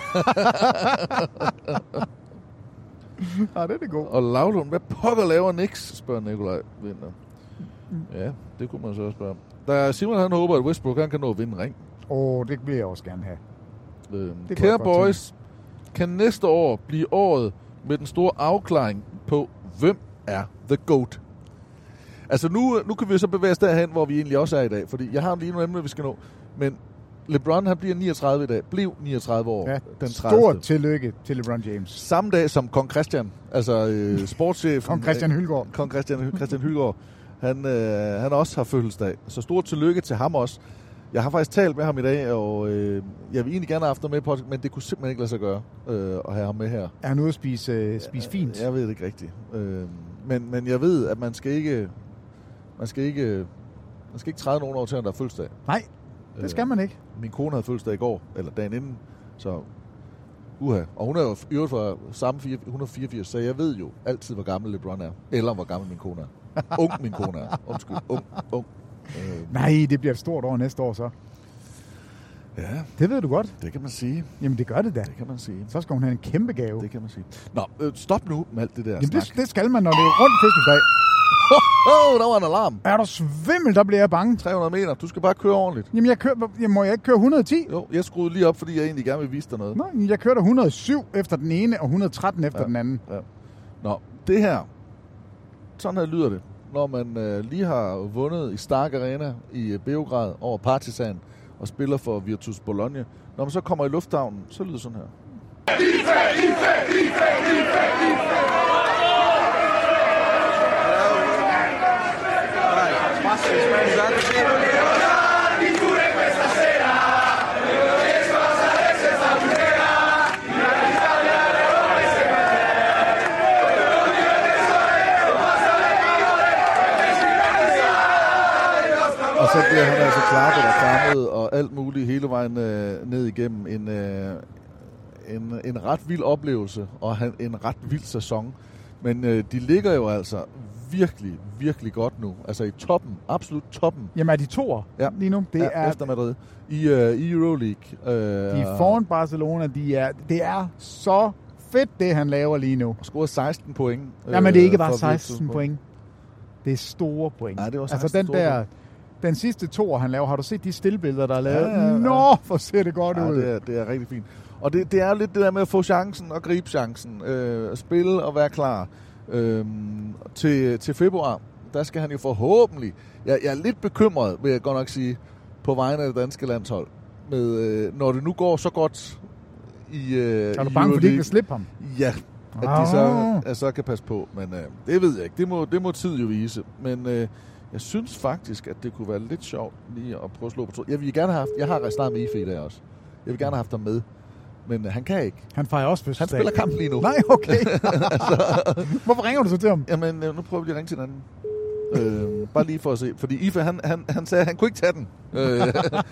Ja, det er det god. Og Lavlund, hvad pokker laver Knicks, spørger Nikolaj Vinter. Ja, det kunne man så også spørge om. Der er Simon, han håber, at Westbrook han kan nå at vinde en ring. Åh, oh, det vil jeg også gerne have. Øhm, kære boys, kan næste år blive året med den store afklaring på, hvem er The GOAT? Altså nu, nu kan vi så bevæge os derhen, hvor vi egentlig også er i dag. Fordi jeg har lige nogle emner, vi skal nå. Men LeBron, han bliver niogtredive i dag. Blev niogtredive år. Ja, den stort tillykke til LeBron James. Samme dag som Kong Christian, altså øh, sportschef. Kong Christian Hylgaard. Kong Christian, Christian Hylgaard. Han, øh, han også har fødselsdag. Så stort tillykke til ham også. Jeg har faktisk talt med ham i dag, og øh, jeg vil egentlig gerne have haft ham med på, men det kunne simpelthen ikke lade sig gøre øh, at have ham med her. Er han ude at spise, øh, spise fint? Jeg, jeg ved det ikke rigtigt. Øh, men, men jeg ved, at man skal ikke man skal ikke, man skal ikke træde nogen over til, at der er fødselsdag. Nej, det skal man ikke. Øh, min kone havde fødselsdag i går, eller dagen inden, så uha. Og hun er jo i øvrigt fra samme et hundrede fireogfirs, så jeg ved jo altid, hvor gammel LeBron er. Eller hvor gammel min kone er. Ung min kone er. Undskyld, ung, ung. Øh, Nej, det bliver et stort år næste år så. Ja. Det ved du godt. Det kan man sige. Jamen, det gør det da. Det kan man sige. Så skal hun have en kæmpe gave. Det kan man sige. Nå, øh, stop nu med alt det der Jamen, snak. det, det skal man, når det er rundt fødselsdag. Åh, oh, der var en alarm. Er du svimmel, der bliver jeg bange. tre hundrede meter. Du skal bare køre ordentligt. Jamen, jeg kører, jeg må jeg ikke køre et hundrede og ti? Jo, jeg skruede lige op, fordi jeg egentlig gerne vil vise dig noget. Nej, jeg kørte et hundrede og syv efter den ene, og et hundrede og tretten efter ja. den anden. Ja. Nå, det her. Sådan her lyder det. Når man øh, lige har vundet i Stark Arena i øh, Beograd over Partizan og spiller for Virtus Bologna. Når man så kommer i lufthavnen, så lyder det sådan her. Og så bliver han altså klappet og krammet og alt muligt hele vejen øh, ned igennem en, øh, en, en ret vild oplevelse og han, en ret vild sæson. Men øh, de ligger jo altså virkelig, virkelig godt nu. Altså i toppen, absolut toppen. Jamen er de toer ja. lige nu? Det ja, er efter Madrid. I, øh, i Euroleague. Øh, de er foran Barcelona. De er, det er så fedt, det han laver lige nu. Og scorer seksten point. Øh, Jamen det er ikke bare seksten point. Det er store point. Ja, det var altså den der... Point. Den sidste toer, han laver, har du set de stillbilleder, der er lavet? Ja, ja, ja. Nå, hvor ser det godt ja, ud. Det er, det er rigtig fint. Og det, det er lidt det der med at få chancen og gribe chancen. Øh, at spille og være klar. Øh, til, til februar, der skal han jo forhåbentlig... Jeg, jeg er lidt bekymret, vil jeg godt nok sige, på vegne af det danske landshold. Med, øh, når det nu går så godt i øh, Er du bange for, at de ikke vil slippe ham? Ja, at oh. de så, at så kan passe på. Men øh, det ved jeg ikke. Det må, det må tid jo vise. Men... Øh, jeg synes faktisk, at det kunne være lidt sjovt lige at prøve at slå på to. Jeg vil gerne have haft, jeg har snart med Ife i dag også. Jeg vil gerne have haft ham med, men han kan ikke. Han fejrer også fødselsdag. Han spiller kamp lige nu. Nej, okay. altså. Hvorfor ringer du så til ham? Jamen, nu prøver vi lige at ringe til hinanden. øh, bare lige for at se. Fordi Ife, han, han, han sagde, at han kunne ikke tage den. Øh,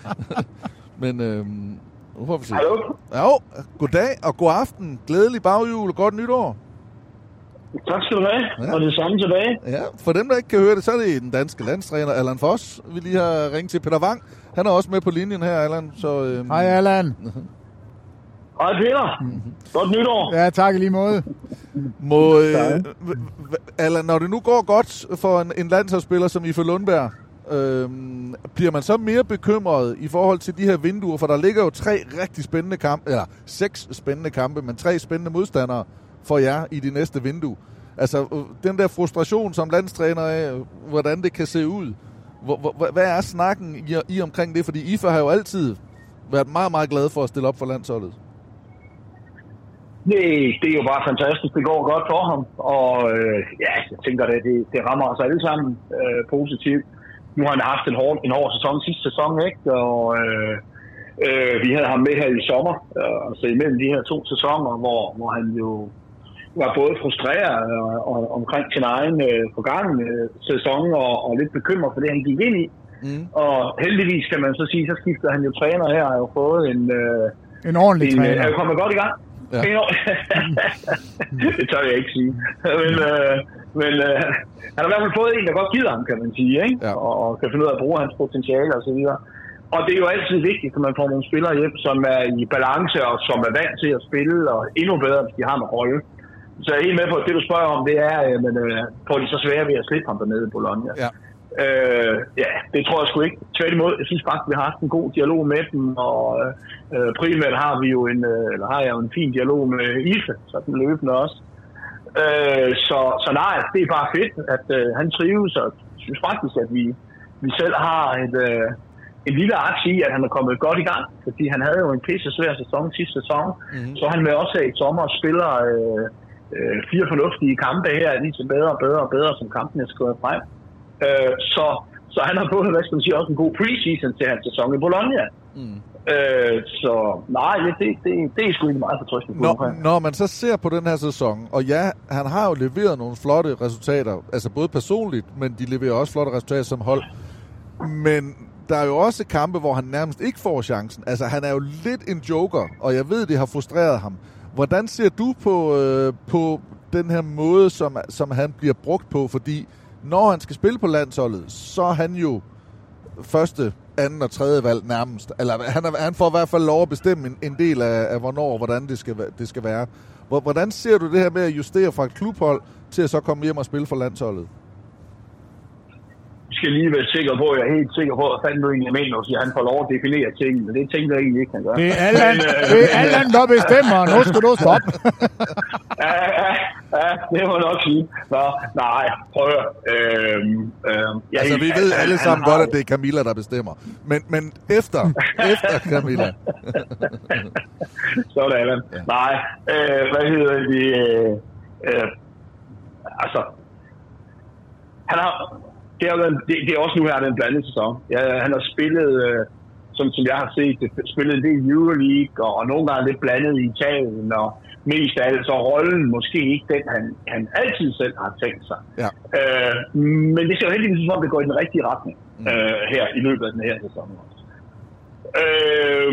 men øh, nu får vi se. Hallo? Jo, goddag og god aften. Glædelig baghjul og godt nytår. Tak skal du have, ja. Og det samme tilbage. Ja, for dem, der ikke kan høre det, så er det den danske landstræner, Allan Foss. Vi lige har ringet til Peter Wang. Han er også med på linjen her, Allan. Så, øhm... Hej, Allan. Hej, Peter. Mm-hmm. Godt nytår. Ja, tak i lige måde. Må, øh, Allan, når det nu går godt for en, en landsholdsspiller som Ife Lundberg, øh, bliver man så mere bekymret i forhold til de her vinduer? For der ligger jo tre rigtig spændende kampe, eller seks spændende kampe, men tre spændende modstandere for jer i de næste vindue. Altså, den der frustration som landstræner af, hvordan det kan se ud. Hvor, hvor, hvad er snakken i, i omkring det? Fordi I F A har jo altid været meget, meget glad for at stille op for landsholdet. Det, det er jo bare fantastisk. Det går godt for ham. Og øh, ja, jeg tænker, det, det, det rammer os alle sammen øh, positivt. Nu har han haft en hård, en hård sæson sidste sæson, ikke? Og øh, øh, vi havde ham med her i sommer. Øh, altså imellem de her to sæsoner, hvor, hvor han jo var både frustreret og, og, omkring sin egen øh, forgangne øh, sæson og, og lidt bekymret for det, han gik ind i. Mm. Og heldigvis kan man så sige, så skifter han jo træner her og har jo fået en... Øh, en ordentlig en, træner. Er jo kommet godt i gang. Ja. Det tør jeg ikke sige. Men, øh, men øh, han har i hvert fald fået en, der godt gider ham, kan man sige, ikke? Ja. Og, og kan finde ud af at bruge hans potentiale og så videre. Og det er jo altid vigtigt, at man får nogle spillere hjem, som er i balance og som er vant til at spille, og endnu bedre, hvis de har en rolle. Så jeg er helt med på, at det du spørger om, det er, men øh, får de så svære ved at slippe ham dernede i Bologna. Ja. Øh, ja, det tror jeg sgu ikke. Tværtimod, jeg synes faktisk, vi har haft en god dialog med dem, og øh, primært har vi jo en, øh, eller har jeg jo en fin dialog med Ilse, så den løbende også. Øh, så, så nej, det er bare fedt, at øh, han trives, og jeg synes faktisk, at vi, vi selv har et, øh, en lille aktie i, at han er kommet godt i gang, fordi han havde jo en pisse svær sæson sidste sæson, mm-hmm. så han med også i sommer og spiller øh, øh, fire fornuftige kampe her, lige til bedre og bedre og bedre, som kampen er skrevet frem. Øh, så, så han har både, hvad skal man sige, også en god preseason til hans sæson i Bologna. Mm. Øh, så nej, det, det, det, det er sgu ikke meget fortrystende. Når, når man så ser på den her sæson, og ja, han har jo leveret nogle flotte resultater, altså både personligt, men de leverer også flotte resultater som hold. Men der er jo også kampe, hvor han nærmest ikke får chancen. Altså, han er jo lidt en joker, og jeg ved, det har frustreret ham. Hvordan ser du på, øh, på den her måde, som, som han bliver brugt på? Fordi når han skal spille på landsholdet, så er han jo første, anden og tredje valg nærmest. Eller han, er, han får i hvert fald lov at bestemme en, en del af, af, hvornår og hvordan det skal, det skal være. Hvordan ser du det her med at justere fra et klubhold til at så komme hjem og spille for landsholdet? Jeg skal lige være sikker på, jeg er helt sikker på, at fanden du egentlig mener, at han får lov at definere tingene. Det tænker jeg egentlig ikke, han gør. Det er Allan, men, øh, det er Allan der bestemmer. Nu skal du stoppe. ja, ja, ja, det må nok sige. Nå, nej, prøv at øh, øh, Altså, vi ved alle sammen godt, at det er Camilla, der bestemmer. Men, men efter, efter Camilla. Så er det Allan. Ja. Nej, øh, hvad hedder det? Øh, øh, altså, han har... Det er, det, det er også nu her, den blandede sæson. Ja, han har spillet, øh, som, som jeg har set, spillet en del Euroleague, og, og nogle gange lidt blandet i Italien, og mest af alt så rollen måske ikke den, han, han altid selv har tænkt sig. Ja. Øh, men det ser jo heldigvis som om, det går i den rigtige retning mm. øh, her i løbet af den her sæson. Øh,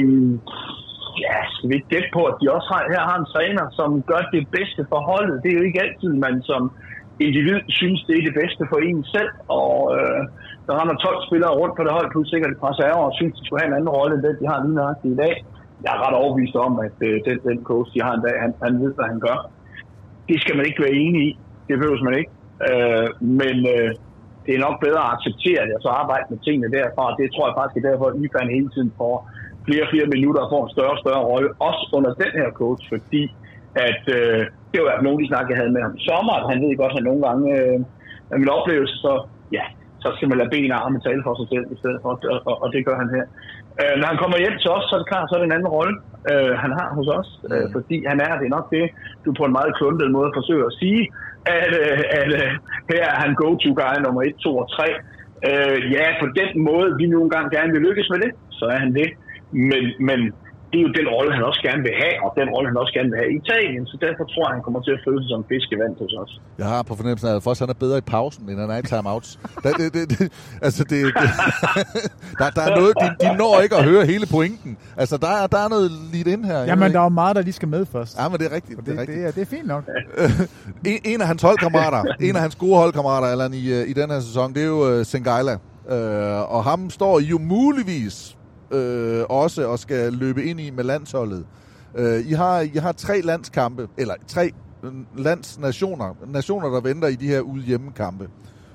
ja, skal vi ikke gætte på, at de også har, her har en træner, som gør det bedste for holdet. Det er jo ikke altid, man som individ synes, det er det bedste for en selv, og øh, der render tolv spillere rundt på det hold, plus sikkert et par server, og synes, de skulle have en anden rolle end den, de har lige nøjagtigt i dag. Jeg er ret overbevist om, at øh, den, den coach, de har en dag, han, han ved, hvad han gør. Det skal man ikke være enig i. Det behøver man ikke. Øh, men øh, det er nok bedre at acceptere det, og så arbejde med tingene derfra. Det tror jeg faktisk er derfor, at I-fan hele tiden får flere og flere minutter og får en større og større rolle, også under den her coach, fordi at øh, det var nogle af de snak, jeg havde med ham i sommer, at han ved godt, at han nogle gange øh, af min oplevelse, så ja, så skal man lade ben og arme tale for sig selv i stedet for, og, og, og det gør han her. Øh, når han kommer hjem til os, så er det klart, så er det en anden rolle, øh, han har hos os, øh, fordi han er, det er nok det, du på en meget kluntet måde forsøger at sige, at, øh, at øh, her er han go-to-guy nummer et, to og tre. Øh, ja, på den måde, vi nogle gange gerne vil lykkes med det, så er han det, men, men det er jo den rolle, han også gerne vil have, og den rolle, han også gerne vil have i Italien, så derfor tror jeg, han kommer til at føle sig som fiskevand hos os. Jeg har på fornemmelsen af, at Foss, han er bedre i pausen, end han er i timeouts. det, det, det, det, altså, det, det, der, der er noget, de, de når ikke at høre hele pointen. Altså, der er, der er noget lidt ind her. Jamen, der er jo meget, der lige skal med først. Ja, men det er rigtigt. Det, det, er, rigtigt. Det, er, det er fint nok. en, en af hans holdkammerater, en af hans gode holdkammerater, Allan, i, i den her sæson, det er jo uh, Sengaila. Uh, og ham står I jo muligvis Øh, også og skal løbe ind i med landsholdet. Øh, I har I har tre landskampe, eller tre landsnationer, nationer, der venter i de her ude hjemmekampe.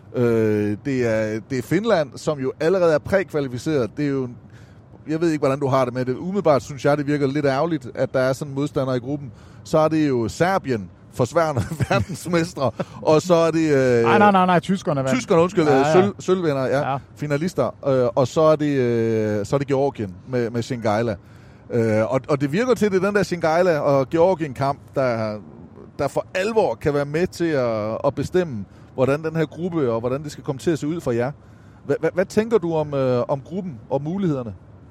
Øh, det er det er Finland, som jo allerede er prækvalificeret. Det er jo, jeg ved ikke, hvordan du har det med det. Umiddelbart synes jeg, det virker lidt ærgerligt, at der er sådan en modstander i gruppen. Så er det jo Serbien, forsværende verdensmestre, og så er det... Øh, nej, nej, nej, nej, tyskerne vandt. Tyskerne, undskyld, ja, ja. Sølv, sølvvinder, ja, ja, finalister, øh, og så er det, øh, så er det Georgien med, med Shengaila. Øh, og, og det virker til, det er den der Shingaila og Georgien-kamp, der, der for alvor kan være med til at, at bestemme, hvordan den her gruppe, og hvordan det skal komme til at se ud for jer. Hvad, hvad tænker du om, øh, om gruppen og mulighederne?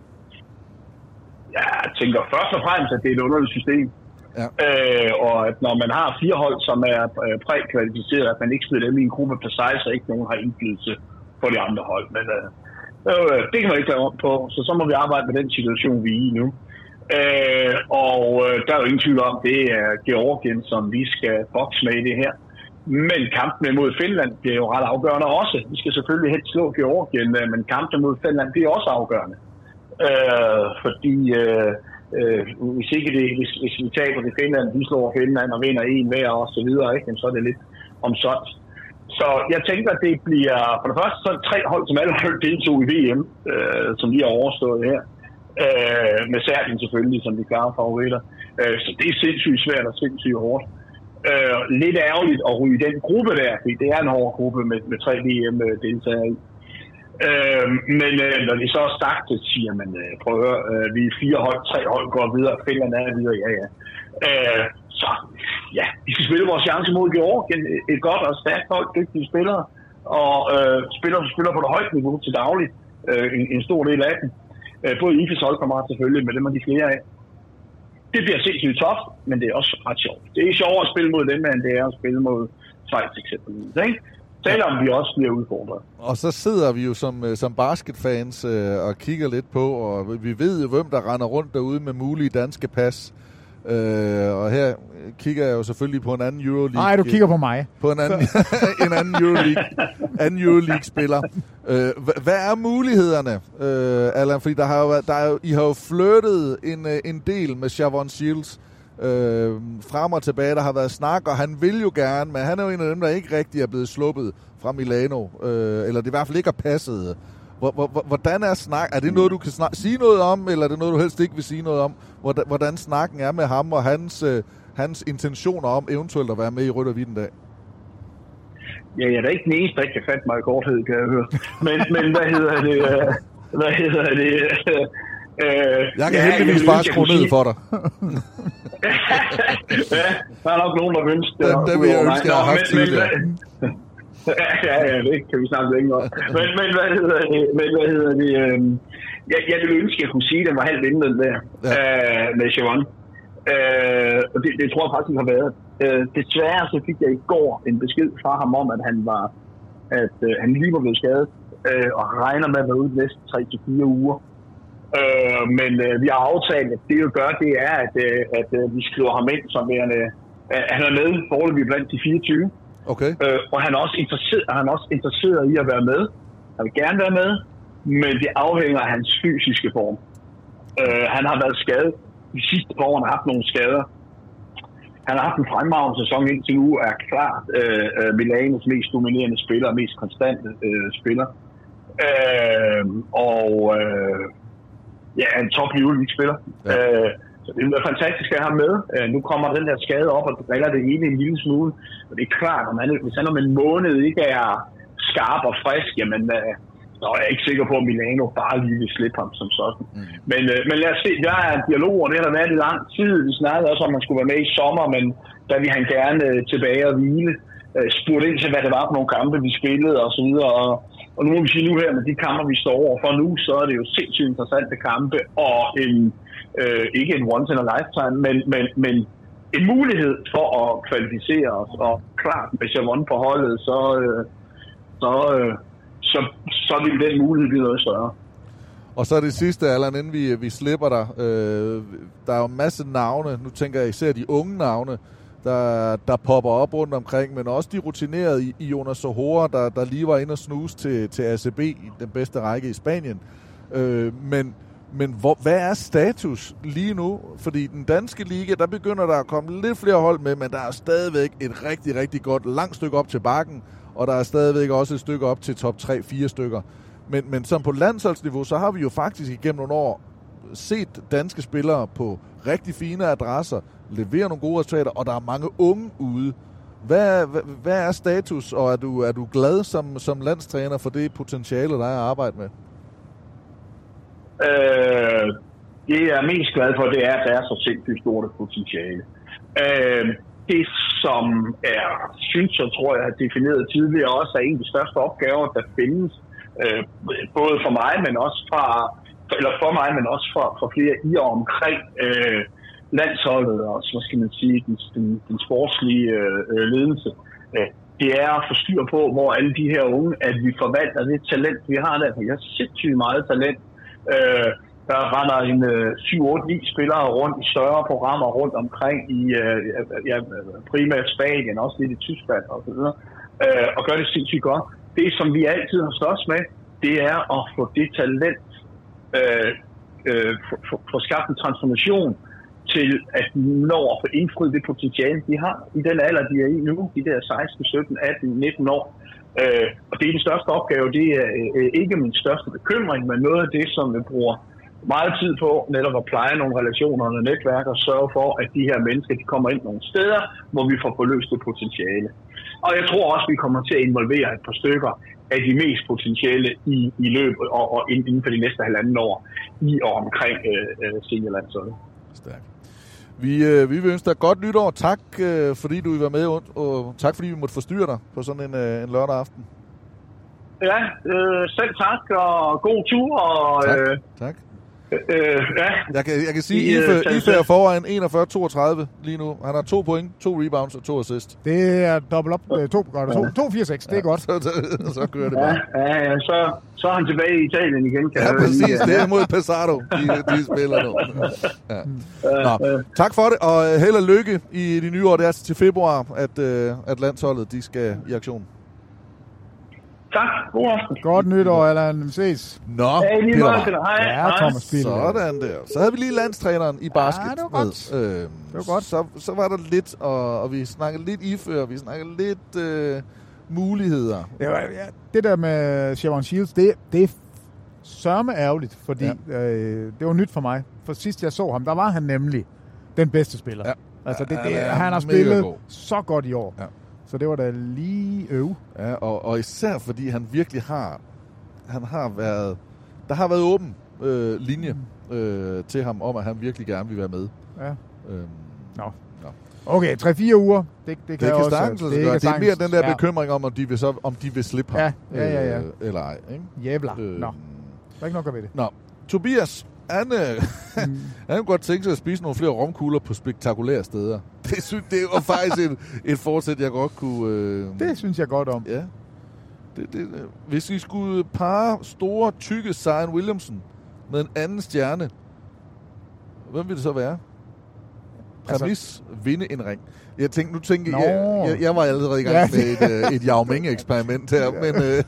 Ja, jeg tænker først og fremmest, at det er et underligt system. Ja. Øh, og at når man har fire hold, som er øh, prækvalificeret, at man ikke smider dem i en gruppe på sig, så ikke nogen har indflydelse på de andre hold. Men øh, øh, det kan man ikke lave om på, så så må vi arbejde med den situation, vi er i nu. Øh, og øh, der er jo ingen tvivl om, det er Georgien, som vi skal bokse med i det her. Men kampene mod Finland bliver jo ret afgørende også. Vi skal selvfølgelig helst slå Georgien, men kampene mod Finland bliver også afgørende. Øh, fordi øh, øh, hvis ikke det, hvis, hvis vi taber til Finland, vi slår Finland og vinder en hver og så videre, ikke? Så er det lidt omsondt. Så jeg tænker, at det bliver for det første så tre hold, som alle hold deltog i V M, øh, som vi har overstået her. Øh, med Serbien selvfølgelig, som de klare favoritter. Øh, så det er sindssygt svært og sindssygt hårdt. Øh, lidt ærgerligt at ryge den gruppe der, fordi det er en hård gruppe med, med tre V M-deltagere i. Øh, men øh, når de så er sagt, så siger man, øh, prøv at høre, øh, vi er fire hold, tre hold går videre, Finland er videre, ja ja. Øh, så ja, vi skal spille vores chance mod Georgien, et godt og stærkt hold, dygtige spillere, og øh, spillere, som spiller på det højt niveau til dagligt, øh, en, en stor del af dem. Øh, både I F E's holdkammerat selvfølgelig, men dem er de flere af. Det bliver sindssygt toft, men det er også ret sjovt. Det er sjovere at spille mod dem, end det er at spille mod Schweiz eksempelvis, ikke? Selvom vi også bliver udfordret. Og så sidder vi jo som, som basketfans øh, og kigger lidt på, og vi ved jo, hvem der render rundt derude med mulige danske pas. Øh, og her kigger jeg jo selvfølgelig på en anden Euroleague. Nej, du kigger på mig. På en anden, en anden Euroleague, anden Euroleague-spiller. Øh, hvad er mulighederne, øh, Allan? Fordi der har jo, der er jo, I har jo flyttet en, en del med Shavon Shields. Øh, frem og tilbage, der har været snak, og han vil jo gerne, men han er jo en af dem, der ikke rigtig er blevet sluppet fra Milano, øh, eller det i hvert fald ikke har passet. Hvordan er snak? Er det noget, du kan snak- sige noget om, eller er det noget, du helst ikke vil sige noget om? Hvordan, hvordan snakken er med ham og hans, øh, hans intentioner om eventuelt at være med i Rødt og Hvidt en dag? Ja, jeg er da ikke den eneste, der kan fatte mig i korthed, kan jeg høre. Men, men hvad hedder det? Øh, hvad hedder det? Øh, jeg kan ja, heldigvis jeg bare skrue ned for dig. Ja, der er nok nogen, der ønsker det. Den vil jeg ønske, jeg har haft tidligere. Ja, ja, ja, det kan vi snakke længere om. Men, men hvad hedder det? Men, hvad hedder det øh, jeg, jeg ville ønske, at jeg kunne sige, at den var halvt vindet der ja. øh, med Shavon. Øh, og det, det tror jeg faktisk har været. Øh, desværre så fik jeg i går en besked fra ham om, at han var, at øh, han lige var blevet skadet øh, og regner med at være ude de næste tre til fire uger. Øh, men øh, vi har aftalt, at det, vi gør, det er, at, øh, at øh, vi skriver ham ind som værende, øh, han er med foreløbig blandt de fireogtyve. Okay. Øh, og han er, også interesseret, han er også interesseret i at være med. Han vil gerne være med, men det afhænger af hans fysiske form. Øh, han har været skadet. De sidste par år har han haft nogle skader. Han har haft en fremragende sæson indtil nu, er klart øh, øh, Milanos mest dominerende spiller, mest konstante øh, spiller. Øh, og øh, ja, en top Euroleague-spiller. Ja. Øh, så det er fantastisk at have ham med. Øh, nu kommer den der skade op, og det driller det hele en lille smule. Og det er klart, at man, hvis han om en måned ikke er skarp og frisk, jamen, øh, så er jeg ikke sikker på, at Milano bare lige vil slippe ham som sådan. Mm. Men, øh, men lad os se, der er en dialog, og det har der været i lang tid. Vi snakkede også om, at man skulle være med i sommer, men der ville han gerne øh, tilbage og hvile. Øh, spurgte ind til, hvad det var for nogle kampe, vi spillede og så videre. Og, og nu må vi sige nu her, med de kampe, vi står over for nu, så er det jo sindssygt interessante kampe, og en, øh, ikke en once in a lifetime, men, men, men en mulighed for at kvalificere os. Og klart, hvis jeg vundet på holdet, så, øh, så, øh, så, så vil den mulighed blive noget større. Og så er det sidste, Allan, inden vi, vi slipper dig. Øh, der er jo en masse navne, nu tænker jeg især de unge navne, der, der popper op rundt omkring, men også de rutinerede i, i Jonas Sohora, der, der lige var inde og snuse til, til A C B i den bedste række i Spanien. Øh, men men hvor, hvad er status lige nu? Fordi i den danske liga, der begynder der at komme lidt flere hold med, men der er stadigvæk et rigtig, rigtig godt langt stykke op til bakken, og der er stadigvæk også et stykke op til top tre fire stykker. Men, men som på landsholdsniveau, så har vi jo faktisk igennem nogle år set danske spillere på rigtig fine adresser, levere nogle gode resultater, og der er mange unge ude. Hvad, hvad, hvad er status, og er du, er du glad som, som landstræner for det potentiale, der er at arbejde med? Øh, det jeg er mest glad for, det er, at der er så sindssygt stort et potentiale. Øh, det, som er, synes jeg, tror jeg, har defineret tidligere, også er en af de største opgaver, der findes, øh, både for mig, men også fra, eller for mig, men også for, for flere i og omkring øh, landsholdet, og så skal man sige, den, den, den sportslige øh, ledelse. Øh, det er at få styr på, hvor alle de her unge, at vi forvalter det talent, vi har der. Vi har sindssygt meget talent. Øh, Der render en øh, syv otte ni spillere rundt i større programmer rundt omkring i øh, ja, primært Spanien, også lidt i Tyskland og så videre, øh, og gør det sindssygt godt. Det, som vi altid har slås med, det er at få det talent, øh, øh, få skabt en transformation til, at de når at få indfriet det potentiale, de har i den alder, de er i nu, de der seksten, sytten, atten, nitten år. Øh, og det er den største opgave, det er øh, ikke min største bekymring, men noget af det, som vi bruger meget tid på netop at pleje nogle relationer og netværk og sørge for, at de her mennesker de kommer ind nogle steder, hvor vi får forløst det potentiale. Og jeg tror også, vi kommer til at involvere et par stykker af de mest potentielle i, i løbet og, og inden for de næste halvanden år i og omkring øh, seniorlandsholdet. Stærkt. Vi, øh, vi vil ønske dig godt nytår. Tak, øh, fordi du var med, og tak, fordi vi måtte forstyrre dig på sådan en, øh, en lørdag aften. Ja, øh, selv tak, og god tur. Og, tak, øh, tak. Øh, ja. Jeg kan, jeg kan sige, at Ife er foran enogfyrre toogtredive lige nu. Han har to point, to rebounds og to assist. Det er dobbelt op. To, to, to fire seks, det er godt. Så, så, så kører det bare. Ja, ja, så, så er han tilbage i Italien igen. Kan ja, præcis. Det er mod Pesaro, de, de spiller nu. Ja. Nå, tak for det, og held og lykke i de nye år. Det er altså til februar, at, at landsholdet de skal i aktion. Tak. God aften. Godt nytår, Allan. Vi ses. Nå, hey, lige Peter. Peter. Hej. Ja, Thomas Pille. Sådan der. Så havde vi lige landstræneren i basket. Ja, det var godt. Med. Øh, det var godt. Så, så var der lidt, og, og vi snakkede lidt Ife, og vi snakkede lidt øh, muligheder. Det, var, ja, det der med Shavon Shields, det, det er sørme ærgerligt, fordi ja. øh, det var nyt for mig. For sidst jeg så ham, der var han nemlig den bedste spiller. Ja. Altså, det, det, ja, han har spillet god. så godt i år. Ja. Så det var da lige øv. Ja, og, og især fordi han virkelig har, han har været, der har været åben øh, linje øh, til ham om, at han virkelig gerne vil være med. Ja. Øhm, Nå. Nå. Okay, tre fire uger. Det, det kan, det kan også. Stankes, det, det, det er mere den der ja. bekymring om, om de vil, så, om de vil slippe ham. Ja, ja, ja. ja. Øh, eller ej. Ikke? Jævler. Øh, Nå. Der er ikke nok at ved det. Nå. Tobias, han, øh, mm. han kunne godt tænke sig at spise nogle flere romkugler på spektakulære steder. Det synes det var faktisk et, et fortsæt, jeg godt kunne... Øh, det synes jeg godt om. Ja. Det, det, hvis vi skulle parre store, tykke Zion Williamson med en anden stjerne, hvem ville det så være? Præmis altså, vinde en ring. Jeg tænkte, nu tænker jeg, jeg, jeg var allerede i gang ja. med et, et Yao Ming-eksperiment her, men... Øh,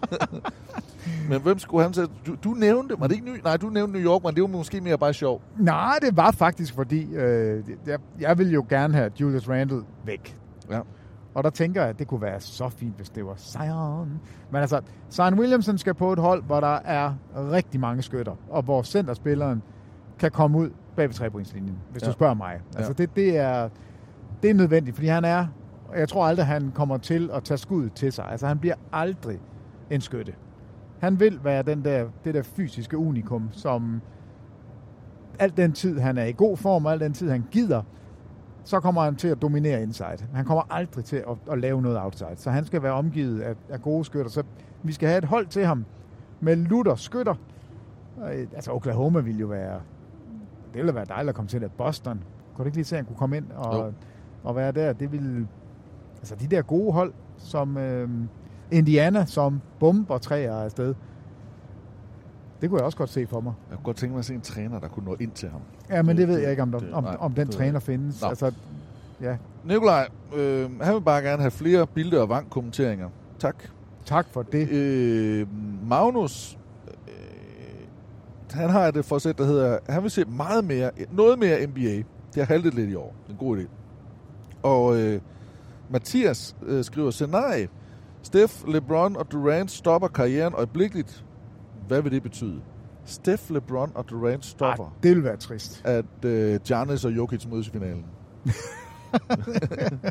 Men hvem skulle han så... Du, du nævnte... Var det ikke ny? Nej, du nævnte New York, men det var måske mere bare sjov. Nej, det var faktisk, fordi... Øh, jeg, jeg ville jo gerne have Julius Randle væk. Ja. Og der tænker jeg, at det kunne være så fint, hvis det var Zion. Men altså, Zion Williamson skal på et hold, hvor der er rigtig mange skytter, og hvor centerspilleren kan komme ud bag ved trepointslinjen, hvis ja. du spørger mig. Altså, ja. det, det, er, det er nødvendigt, fordi han er... Jeg tror aldrig, han kommer til at tage skuddet til sig. Altså, han bliver aldrig en skytte. Han vil være den der, det der fysiske unikum, som al den tid, han er i god form, og al den tid, han gider, så kommer han til at dominere inside. Han kommer aldrig til at, at lave noget outside. Så han skal være omgivet af, af gode skytter. Så vi skal have et hold til ham med lutter skytter. Altså Oklahoma ville jo være... Det ville være dejligt at komme til det. Boston. Kunne du ikke lige se, at han kunne komme ind og, og være der? Det ville... Altså de der gode hold, som... Øh, Indiana, som bomber træer afsted. Det kunne jeg også godt se for mig. Jeg kunne godt tænke mig at se en træner, der kunne nå ind til ham. Ja, men det ved jeg ikke, om, der, om, Nej, om den det træner findes. Altså, ja. Nikolaj, øh, han vil bare gerne have flere Bilde og Vang-kommenteringer. Tak. Tak for det. Øh, Magnus, øh, han har et forsæt, der hedder, han vil se meget mere, noget mere N B A. Det har haltet lidt i år. Det er en god idé. Og øh, Mathias øh, skriver, scenarie. Steph, LeBron og Durant stopper karrieren øjeblikkeligt. Hvad vil det betyde? Steph, LeBron og Durant stopper. Arh, det vil være trist. At uh, Giannis og Jokic mødes i finalen.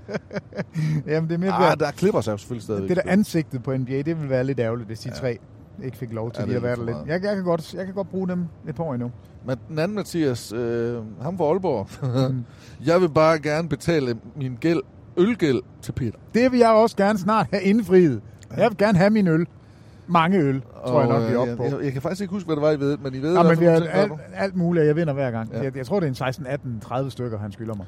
Jamen, det er mere ah, der klipper sig selvfølgelig stadigvæk. Det der ansigtet på N B A, det vil være lidt ærgerligt, hvis de ja. tre ikke fik lov til Ja, lige det at er være lidt der for lidt. Jeg, jeg, kan godt, jeg kan godt bruge dem et par år endnu. Men den anden Mathias, øh, ham fra Aalborg. Jeg vil bare gerne betale min gæld, ølgæld til Peter. Det vil jeg også gerne snart have indfriet. Jeg vil gerne have min øl. Mange øl, tror og, jeg nok, vi er oppe jeg, på. Jeg, jeg kan faktisk ikke huske, hvad det var, I ved, men I ved... Ja, men vi har ting, alt, alt muligt, jeg vinder hver gang. Ja. Jeg, jeg tror, det er en seksten, atten, tredive stykker, han skylder mig.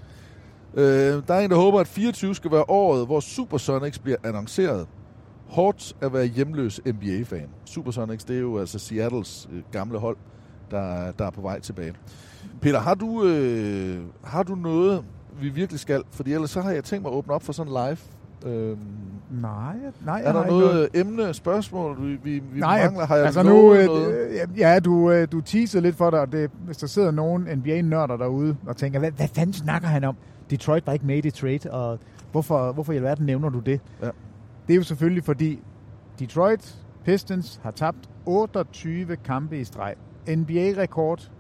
Øh, der er en, der håber, at fireogtyve skal være året, hvor Supersonics bliver annonceret. Hårdt at være hjemløs N B A-fan. Supersonics, det er jo altså Seattles øh, gamle hold, der, der er på vej tilbage. Peter, har du, øh, har du noget, vi virkelig skal? Fordi ellers så har jeg tænkt mig at åbne op for sådan live. Øh, nej, nej. Er der noget, noget emne, spørgsmål, vi, vi, vi nej, mangler? Har jeg altså nu, noget? Ja, du, du teaser lidt for dig, og det, hvis der sidder nogen N B A-nørder derude og tænker, hvad, hvad fanden snakker han om? Detroit var ikke med i trade, og hvorfor, hvorfor i alverden nævner du det? Ja. Det er jo selvfølgelig, fordi Detroit Pistons har tabt otteogtyve kampe i streg. N B A-rekord.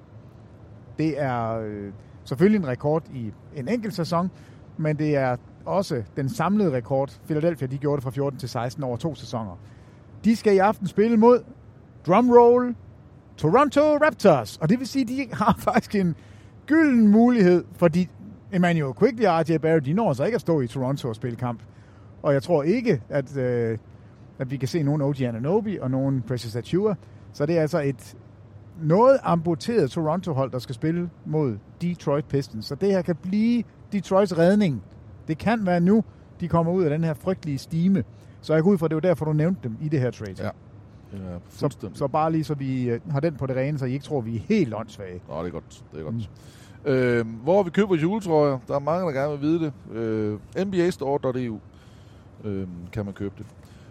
Det er øh, selvfølgelig en rekord i en enkelt sæson, men det er også den samlede rekord. Philadelphia, de gjorde det fra fjorten til seksten over to sæsoner. De skal i aften spille mod drumroll Toronto Raptors, og det vil sige, at de har faktisk en gylden mulighed, fordi Emmanuel Quickley og R J Barrett, de når så ikke at stå i Toronto og spille kamp. Og jeg tror ikke, at, øh, at vi kan se nogen O G Anunoby og nogen Precious Achiuwa. Så det er altså et noget amputeret Toronto-hold, der skal spille mod Detroit Pistons. Så det her kan blive Detroits redning. Det kan være nu, de kommer ud af den her frygtelige stime. Så jeg går ud fra, det var derfor, du nævnte dem i det her trade. Ja. Ja, så, så bare lige, så vi øh, har den på det rene, så I ikke tror, vi er helt åndssvage. Nå, det er godt. Det er godt. Mm. Øh, hvor vi køber juletrøjer, der er mange, der gerne vil vide det. Øh, N B A store punktum e u øh, kan man købe det.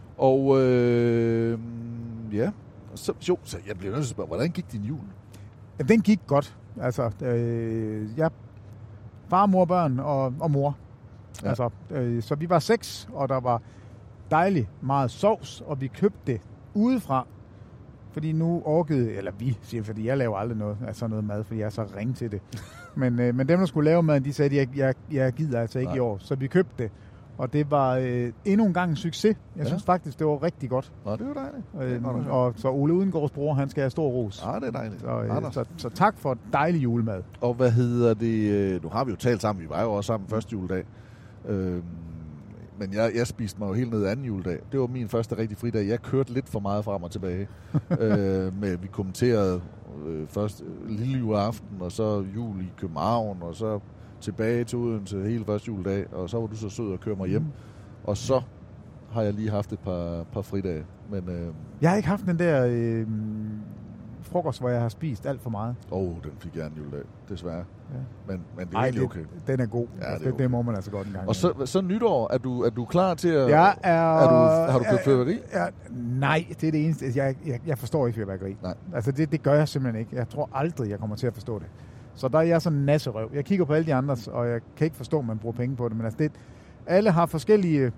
Og øh, ja, så, jo, så jeg bliver nødt til at spørge, hvordan gik din jul? Ja, den gik godt. Altså, øh, jeg far, mor, børn og, og mor. Ja. Altså, øh, så vi var seks, og der var dejligt meget sovs, og vi købte det udefra, fordi nu orkede, eller vi siger, fordi jeg laver aldrig noget, altså noget mad, fordi jeg er så ringe til det. men, øh, men dem, der skulle lave maden, de sagde, at jeg, jeg, jeg gider altså ikke Nej. i år, så vi købte det. Og det var øh, endnu en gang en succes. Jeg ja. synes faktisk, det var rigtig godt. Nå, det var dejligt. Øh, det og så Ole Udengårds bror, han skal have stor ros. Ja, det er dejligt. Så, øh, så, så tak for dejlig julemad. Og hvad hedder det? Nu har vi jo talt sammen, vi var jo også sammen første juledag. Øh, men jeg, jeg spiste mig jo helt ned anden juledag. Det var min første rigtig fridag. Jeg kørte lidt for meget frem og tilbage. øh, med, vi kommenterede øh, først lille juleaften, og så jul i København, og så tilbage til Odense hele første juledag, og så var du så sød at køre mig hjem. Mm. Og så har jeg lige haft et par, par fridage. Men, øh, jeg har ikke haft den der øh, frokost, hvor jeg har spist alt for meget. Åh, oh, den fik jeg en juledag, desværre. Ja. Men, men det er Ej, egentlig okay. Den er god. Ja, altså, det, det, det må man altså godt en gang. Og så, så nytår, er du, er du klar til at... Jeg er... er du, har du købt fyrværkeri? Nej, det er det eneste. Jeg, jeg, jeg forstår ikke fyrværkeri. Nej. Altså, det, det gør jeg simpelthen ikke. Jeg tror aldrig, jeg kommer til at forstå det. Så der er jeg sådan en nasserøv. Jeg kigger på alle de andres, og jeg kan ikke forstå, at man bruger penge på det. Men altså, det, alle har forskellige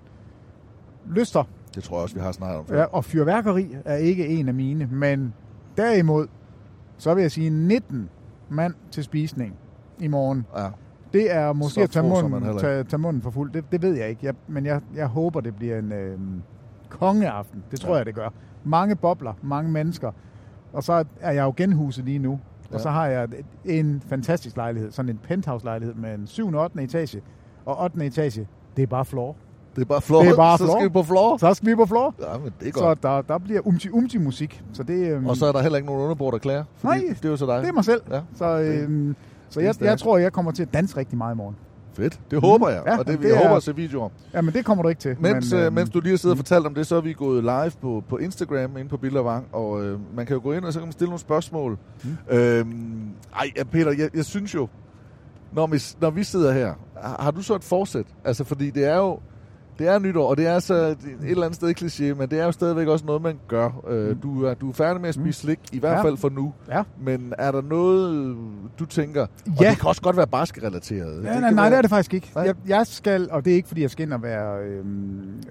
lyster. Det tror jeg også, vi har snakket om før. Ja, og fyrværkeri er ikke en af mine. Men derimod, så vil jeg sige nitten mand til spisning i morgen. Ja. Det er måske at tage munden, tage, tage munden for fuld. Det, det ved jeg ikke. Jeg, men jeg, jeg håber, det bliver en øh, kongeaften. Det tror ja. jeg, det gør. Mange bobler, mange mennesker. Og så er jeg jo genhuset lige nu. Ja. Og så har jeg en fantastisk lejlighed. Sådan en penthouse-lejlighed med en syvende og ottende etage. Og ottende etage, det er bare floor. Det er bare floor? Det er bare så floor. skal vi på floor? Så skal vi på floor. Ja, men det er godt. Så der, der bliver umti-umti-musik. Så det, øhm... Og så er der heller ikke nogen underbord, der klager? Nej, det er jo så dig. Det er mig selv. Ja. Så, øhm, så jeg, jeg tror, jeg kommer til at danse rigtig meget i morgen. Fedt. Det håber jeg. Ja, og det, det jeg er... håber at se videoer. Ja, men det kommer du ikke til. Mens, men, øh, øhm... mens du lige har siddet og fortalt om det, så er vi gået live på, på Instagram inde på Billeder Vang, og øh, man kan jo gå ind, og så kan man stille nogle spørgsmål. Mm. Øhm, ej, ja, Peter, jeg, jeg synes jo, når vi, når vi sidder her, har, har du så et forsæt? Altså, fordi det er jo det er nytår, og det er så et eller andet sted kliché, men det er jo stadigvæk også noget, man gør. Øh, du, er, du er færdig med at spise slik, i hvert ja. fald for nu. Ja. Men er der noget, du tænker, og ja. det kan også godt være baskerelateret. Ja, det nej, nej, være... det er det faktisk ikke. Jeg, jeg skal, og det er ikke, fordi jeg skal ind og være øhm,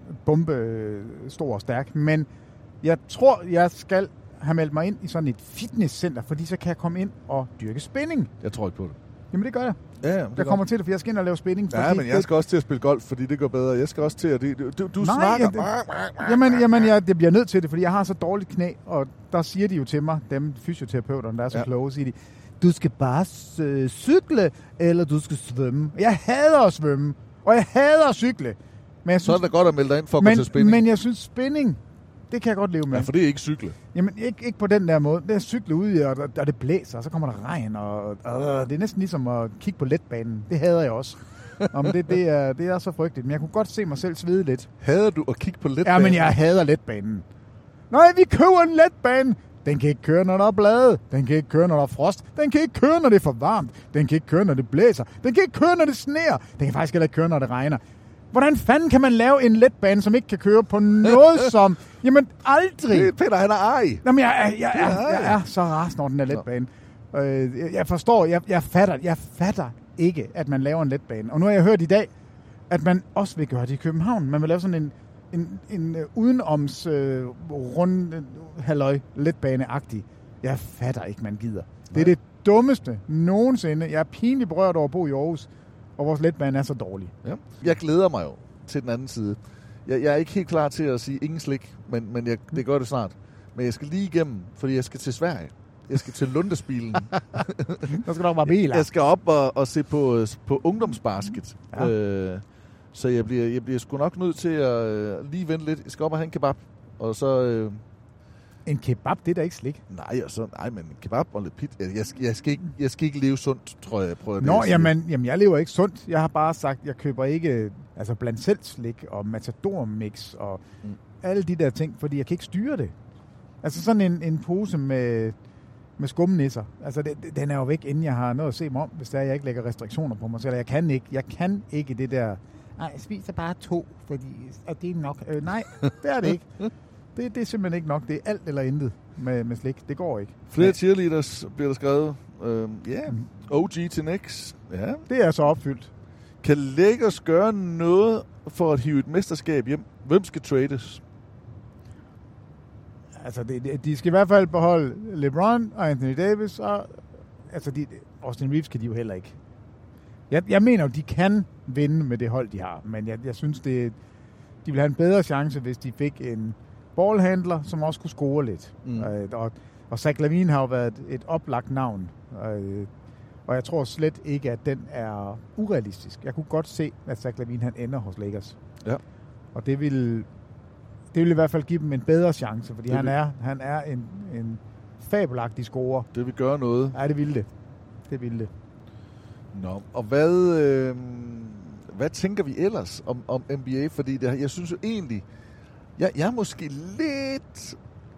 bombe stor og stærk, men jeg tror, jeg skal have meldt mig ind i sådan et fitnesscenter, fordi så kan jeg komme ind og dyrke spænding. Jeg tror ikke på det. Jamen det gør jeg. Ja, ja, jeg kommer til det, for jeg skal ind og lave spænding. Ja, men jeg skal også til at spille golf, fordi det går bedre. Jeg skal også til at... Det, du du Nej, snakker... Ja, jamen, jamen jeg, det bliver nødt til det, fordi jeg har så dårligt knæ, og der siger de jo til mig, dem fysioterapeuterne, der er så ja. kloge, siger de, du skal bare øh, cykle, eller du skal svømme. Jeg hader at svømme, og jeg hader at cykle. Men jeg synes, så er det godt at melde dig ind for at men, gå til spænding. Men jeg synes, spænding, det kan jeg godt leve med. Ja, for det er ikke cykle. Jamen, ikke, ikke på den der måde. Det er cykle ud, og, og det blæser, og så kommer der regn, og, og det er næsten ligesom at kigge på letbanen. Det hader jeg også. Om det, det, er, det er så frygteligt. Men jeg kunne godt se mig selv svede lidt. Hader du at kigge på letbanen? Ja, men jeg hader letbanen. Nej, vi køber en letbane. Den kan ikke køre, når der er blade. Den kan ikke køre, når der er frost. Den kan ikke køre, når det er for varmt. Den kan ikke køre, når det blæser. Den kan ikke køre, når det sneer. Den kan faktisk heller ikke køre, når det regner. Hvordan fanden kan man lave en letbane, som ikke kan køre på noget som... Jamen, aldrig! Peter, han er ej. Jamen, jeg, jeg, jeg, jeg, jeg er så rasende over den der letbane. Øh, jeg, jeg forstår, jeg, jeg, fatter, jeg fatter ikke, at man laver en letbane. Og nu har jeg hørt i dag, at man også vil gøre det i København. Man vil lave sådan en, en, en udenoms øh, rund øh, halløj letbane-agtig. Jeg fatter ikke, man gider. Det er det dummeste nogensinde. Jeg er pinligt berørt over at bo i Aarhus, og vores letbane er så dårlig. Ja. Jeg glæder mig jo til den anden side. Jeg, jeg er ikke helt klar til at sige ingen slik, men, men jeg, det gør det snart. Men jeg skal lige igennem, fordi jeg skal til Sverige. Jeg skal til Lundespilen. Der skal nok være biler. Jeg skal op og, og se på, på ungdomsbasket. Ja. Øh, så jeg bliver, jeg bliver sgu nok nødt til at øh, lige vente lidt. Jeg skal op og have en kebab. Og så... Øh, en kebab, det er da ikke slik. Nej, altså, nej, men en kebab og lidt pit. Jeg, jeg, jeg, skal ikke, jeg skal ikke leve sundt, tror jeg. Prøver Nå, det, jamen, jamen, jeg lever ikke sundt. Jeg har bare sagt, jeg køber ikke altså blandt selv slik og Matador mix og mm. alle de der ting, fordi jeg kan ikke styre det. Altså sådan en, en pose med, med skumnisser. Altså, det, den er jo væk, inden jeg har noget at se mig om, hvis der jeg ikke lægger restriktioner på mig selv. Jeg kan ikke, jeg kan ikke det der, nej, jeg spiser bare to, fordi er det nok? Øh, nej, det er det ikke. Det, det er simpelthen ikke nok. Det er alt eller intet med, med slik. Det går ikke. Flere cheerleaders bliver der skrevet. Ja, uh, yeah. O G til Nex. Ja. Det er så opfyldt. Kan Lakers gøre noget for at hive et mesterskab hjem? Hvem skal trades? Altså, de, de skal i hvert fald beholde LeBron og Anthony Davis, og altså, de, Austin Reeves kan de jo heller ikke. Jeg, jeg mener jo, de kan vinde med det hold, de har, men jeg, jeg synes, det, de vil have en bedre chance, hvis de fik en ballhandler, som også kunne score lidt. Mm. Øh, og, og Zach LaVine har jo været et, et oplagt navn, øh, og jeg tror slet ikke, at den er urealistisk. Jeg kunne godt se, at Zach LaVine han ender hos Lakers. Ja. Og det vil... Det vil i hvert fald give dem en bedre chance, fordi han er, han er en, en fabelagtig scorer. Det vil gøre noget. Ja, det ville det. Det ville det. Nå, og hvad, øh, hvad tænker vi ellers om, om N B A? Fordi det, jeg synes jo egentlig, jeg, jeg er måske lidt,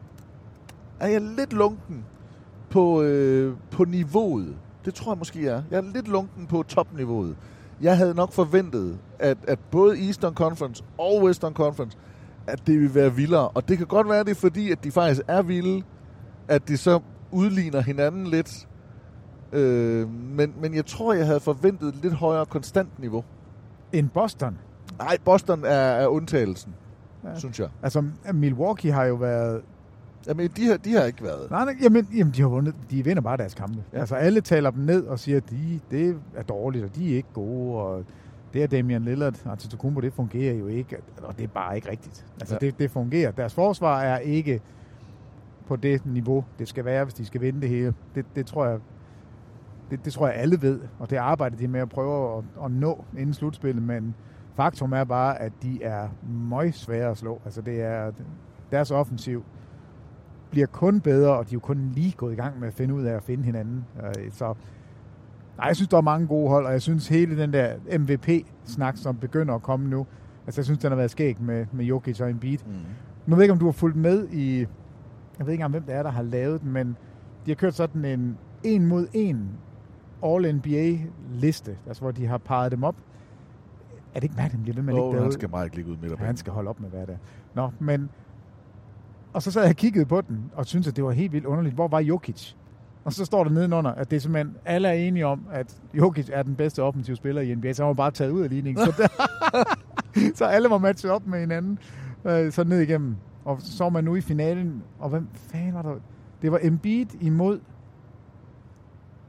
er jeg lidt lunken på, øh, på niveauet. Det tror jeg måske er. Jeg er lidt lunken på topniveauet. Jeg havde nok forventet, at, at både Eastern Conference og Western Conference, at det vil være vildere. Og det kan godt være, det er fordi, at de faktisk er vilde, at de så udligner hinanden lidt. Øh, men, men jeg tror, jeg havde forventet et lidt højere konstant niveau. End Boston? Nej, Boston er, er undtagelsen, ja. Synes jeg. Altså, Milwaukee har jo været... Jamen, de har, de har ikke været... Nej, nej jamen, jamen, de har vundet. De vinder bare deres kampe. Ja. Altså, alle taler dem ned og siger, at de, det er dårligt, og de er ikke gode, og... Det er Damian Lillard, Antetokounmpo, det fungerer jo ikke, og det er bare ikke rigtigt. Altså, ja. det, det fungerer. Deres forsvar er ikke på det niveau, det skal være, hvis de skal vinde det hele. Det, det, tror, jeg, det, det tror jeg, alle ved, og det arbejder de med at prøve at, at nå inden slutspillet, men faktum er bare, at de er meget svære at slå. Altså, det er, deres offensiv bliver kun bedre, og de er jo kun lige gået i gang med at finde ud af at finde hinanden. Så nej, jeg synes, der er mange gode hold, og jeg synes hele den der M V P-snak, som begynder at komme nu, altså jeg synes, den har været skæg med, med Jokic og Embiid. Mm. Nu ved jeg ikke, om du har fulgt med i, jeg ved ikke engang, hvem det er, der har lavet den, men de har kørt sådan en en mod en All-N B A-liste, altså hvor de har parret dem op. Er det ikke mærkeligt, at bliver ved med at ligge derude? Han skal meget ikke ligge ud midt af banen. Han skal holde op med, hvad det er. Nå, men... Og så sad jeg og kiggede på den, og syntes, at det var helt vildt underligt. Hvor var Jokic? Og så står der nedenunder, at det er simpelthen, alle er enige om, at Jokic er den bedste offensive spiller i N B A, så han var bare taget ud af ligningen. Så, der, så alle var matchet op med hinanden, øh, så ned igennem. Og så var man nu i finalen, og hvem fanden var der? Det var Embiid imod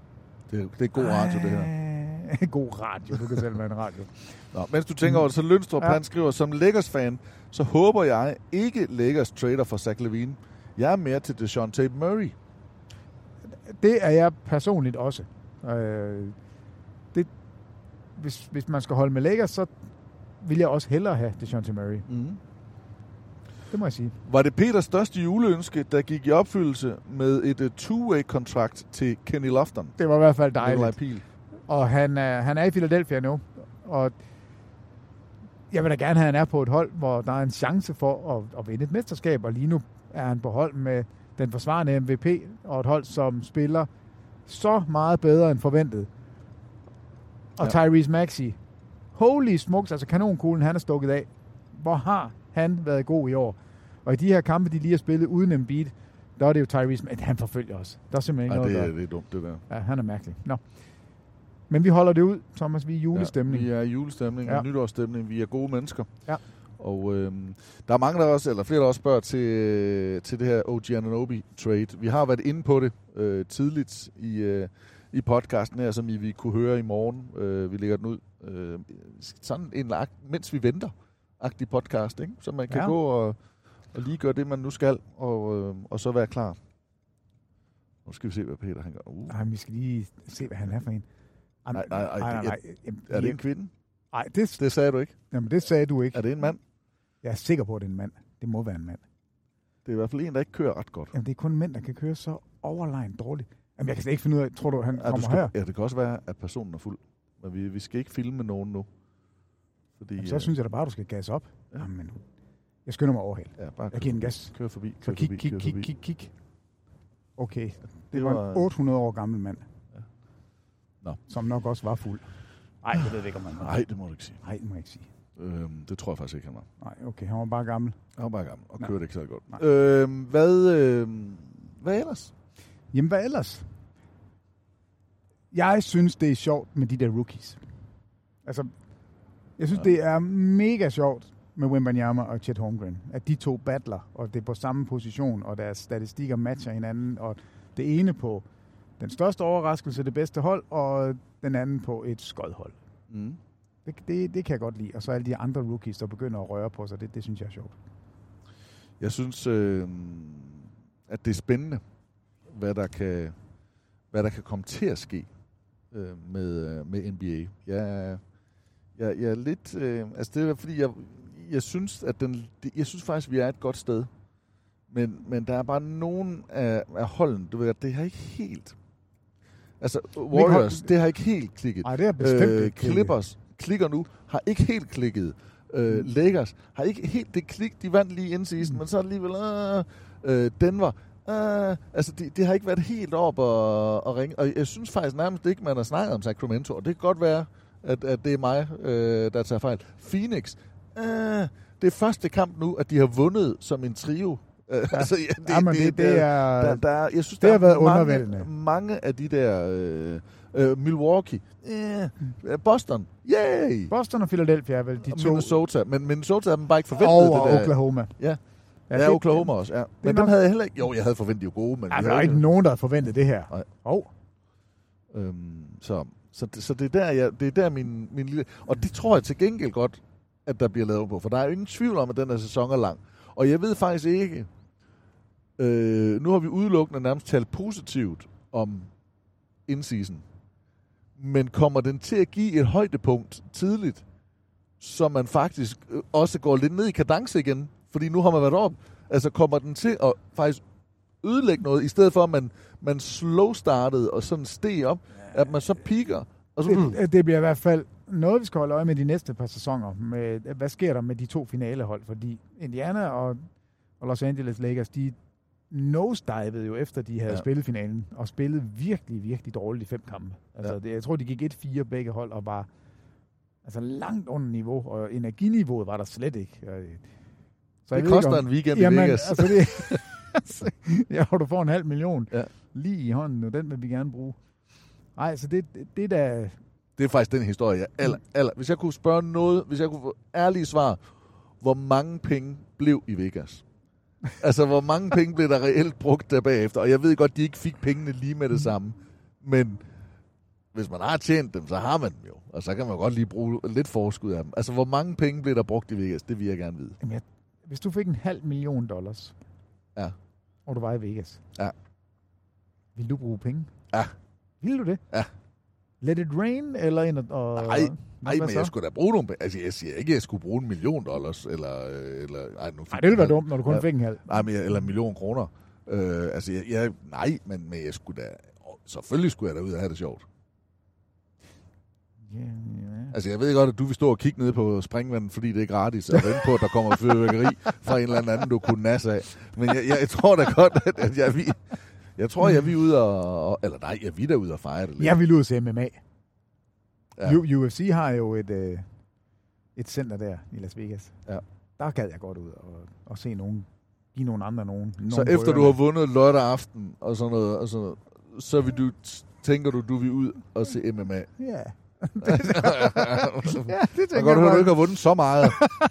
Det, det er god radio, det her. God radio, du kan selv være en radio. Nå, mens du tænker over det, så Lønstrup, ja. Han skriver, som Lakers-fan, så håber jeg ikke Lakers trader for Zach LaVine. Jeg er mere til DeJounte Murray. Det er jeg personligt også. Øh, det, hvis, hvis man skal holde med Lakers, så vil jeg også hellere have DeJounte Murray. Mm. Det må jeg sige. Var det Peters største juleønske, der gik i opfyldelse med et uh, two-way-kontrakt til Kenny Lofton? Det var i hvert fald dejligt. Og han er, han er i Philadelphia nu, og jeg vil da gerne have, at han er på et hold, hvor der er en chance for at, at vinde et mesterskab, og lige nu er han på hold med den forsvarende M V P, og et hold, som spiller så meget bedre end forventet. Og ja. Tyrese Maxey, holy smokes, altså kanonkuglen, han er stukket af. Hvor har han været god i år? Og i de her kampe, de lige har spillet uden Embiid, der er det jo Tyrese, men han forfølger os. Der er simpelthen ikke ja, noget det, er, det er dumt, det der. Ja, han er mærkelig. Nå. Men vi holder det ud, Thomas. Vi er i julestemning. Ja, vi er i julestemning, ja. og nytårsstemning. Vi er gode mennesker. Ja. Og øhm, der er mange, der også, eller flere, der også spørger til, til det her O G Anunoby-trade. Vi har været inde på det øh, tidligt i, øh, i podcasten her, som I vi kunne høre i morgen. Øh, vi lægger den ud. Øh, sådan en, mens vi venter, agtig podcast, ikke? Så man kan ja. gå og, og lige gøre det, man nu skal, og, øh, og så være klar. Nu skal vi se, hvad Peter han gør. Uh. Ej, vi skal lige se, hvad han er for en. Nej, nej, nej. nej, nej, nej. Jamen, er det en kvinde? Nej, det, det sagde du ikke. Jamen, det sagde du ikke. Er det en mand? Jeg er sikker på, at det er en mand. Det må være en mand. Det er i hvert fald en, der ikke kører ret godt. Jamen, det er kun mænd, der kan køre så overlegnet dårligt. Jamen, jeg kan slet ikke finde ud af, tror du, han ja, kommer skal, her? Ja, det kan også være, at personen er fuld. Men vi, vi skal ikke filme nogen nu. Fordi, Jamen, så øh, synes jeg da bare, du skal gas op. Ja. Jamen, jeg skynder mig overhæld. Ja, bare jeg giver en gas. Kør forbi. Kør så kig, forbi, kig, kør kig, forbi. kig, kig. Okay, det, det var, var en otte hundrede år gammel mand. Ja. Nå. Som nok også var fuld. Nej, det ved jeg ikke, om han var. Nej, det må du ikke sige. Nej, det må jeg ikke sige. Øhm, det tror jeg faktisk ikke, han var. Nej, okay, han var bare gammel. Han var bare gammel, og kørte ikke så godt. Øhm, hvad, øhm, hvad ellers? Jamen, hvad ellers? Jeg synes, det er sjovt med de der rookies. Altså, jeg synes, ja. det er mega sjovt med Wembanyama og Chet Holmgren. At de to battler, og det er på samme position, og deres statistikker matcher hinanden, og det ene på den største overraskelse, det bedste hold, og den anden på et skodhold. Mm. Det, det, det kan jeg godt lide. Og så alle de andre rookies, der begynder at røre på sig, det, det synes jeg er sjovt. Jeg synes, øh, at det er spændende, hvad der kan, hvad der kan komme til at ske øh, med, med N B A. Jeg, jeg, jeg er lidt... Øh, altså det er fordi, jeg, jeg synes, at den, jeg synes faktisk, vi er et godt sted. Men, men der er bare nogen af, af holden, du ved, det har ikke helt... Altså, Warriors, det har ikke helt klikket. Nej, det er bestemt øh, ikke Clippers klikker nu, har ikke helt klikket. Øh, mm. Lakers har ikke helt det klik, de vandt lige inden season, mm. men så alligevel... Øh, øh, Denver... Øh, altså, det, det har ikke været helt op at, at ringe. Og jeg synes faktisk nærmest ikke, man har snakket om Sacramento. Og det kan godt være, at, at det er mig, øh, der tager fejl. Phoenix... Øh, det er første kamp nu, at de har vundet som en trio. Ja. altså, ja, det, Jamen, det, det, det er... Der, der, jeg synes, det der har været mange, undervældende. Mange af de der... Øh, øh, Milwaukee. Øh, Boston. Yay! Boston og Philadelphia er vel de og to... Minnesota. Men Minnesota havde man bare ikke forventet og det der. Oklahoma. Ja. Ja, ja ja det, Oklahoma også, ja. Men nok... dem havde jeg heller ikke... Jo, jeg havde forventet jo gode, men... Ja, der er ikke nogen, der havde forventet det her. Nej. Oh. Øhm, så, så, så det er der, jeg, det er der min, min lille... Og det tror jeg til gengæld godt, at der bliver lavet på. For der er jo ingen tvivl om, at den her sæson er lang. Og jeg ved faktisk ikke... Øh, nu har vi udelukkende nærmest talt positivt om in-season. Men kommer den til at give et højdepunkt tidligt, så man faktisk også går lidt ned i kadence igen? Fordi nu har man været op. Altså kommer den til at faktisk ødelægge noget, i stedet for at man, man slow-startede og sådan steg op, at man så piker. Og så... det, det bliver i hvert fald noget, vi skal holde øje med de næste par sæsoner. Med, hvad sker der med de to finalehold? Fordi Indiana og, og Los Angeles Lakers, de nosedivede jo efter, de havde ja. spillet finalen, og spillede virkelig, virkelig dårligt i fem kampe. Altså, ja. det, jeg tror, de gik et fire begge hold, og var altså langt under niveau, og energiniveauet var der slet ikke. Så det koster om, en weekend jamen, i Vegas. Altså det, ja, og du får en halv million ja. lige i hånden, og den vil vi gerne bruge. Nej, så det, det, det der... Det er faktisk den historie, jeg aller, aller... Hvis jeg kunne spørge noget, hvis jeg kunne få ærlige svar, hvor mange penge blev i Vegas? Altså, hvor mange penge blev der reelt brugt der bagefter? Og jeg ved godt, de ikke fik pengene lige med det samme. Men hvis man har tjent dem, så har man dem jo. Og så kan man godt lige bruge lidt forskud af dem. Altså, hvor mange penge bliver der brugt i Vegas? Det vil jeg gerne vide. Jamen, jeg, hvis du fik en halv million dollars, ja. og du var i Vegas, ja. vil du bruge penge? Ja. Vil du det? Ja. Let it rain, eller ind og... Nej, nej men jeg skulle da bruge nogle... Altså, jeg siger ikke, at jeg skulle bruge en million dollars, eller... eller ej, nu nej, det ville være dumt, når du kun ja, fik en halv. Nej, men jeg, eller en million kroner. Øh, altså, jeg, jeg, nej, men, men jeg skulle da... Selvfølgelig skulle jeg da ud og have det sjovt. Yeah, yeah. Altså, jeg ved godt, at du vil stå og kigge ned på springvandet, fordi det er gratis, og vente på, at der kommer fyrværkeri fra en eller anden, du kunne nasse af. Men jeg, jeg, jeg tror da godt, at, at jeg... Vi, Jeg tror, jeg er ude og... Eller nej, jeg er ude og fejre det lidt. Jeg vil ud og se M M A. Ja. U F C har jo et, øh, et center der i Las Vegas. Ja. Der gad jeg godt ud og, og se nogen, give nogen andre nogen. nogen så efter du har vundet lørdag aften og sådan noget, og sådan noget, så vil du, tænker du, du vil ud og se M M A? Ja. det, ja, det tænker jeg godt høre, at du ikke har vundet så meget.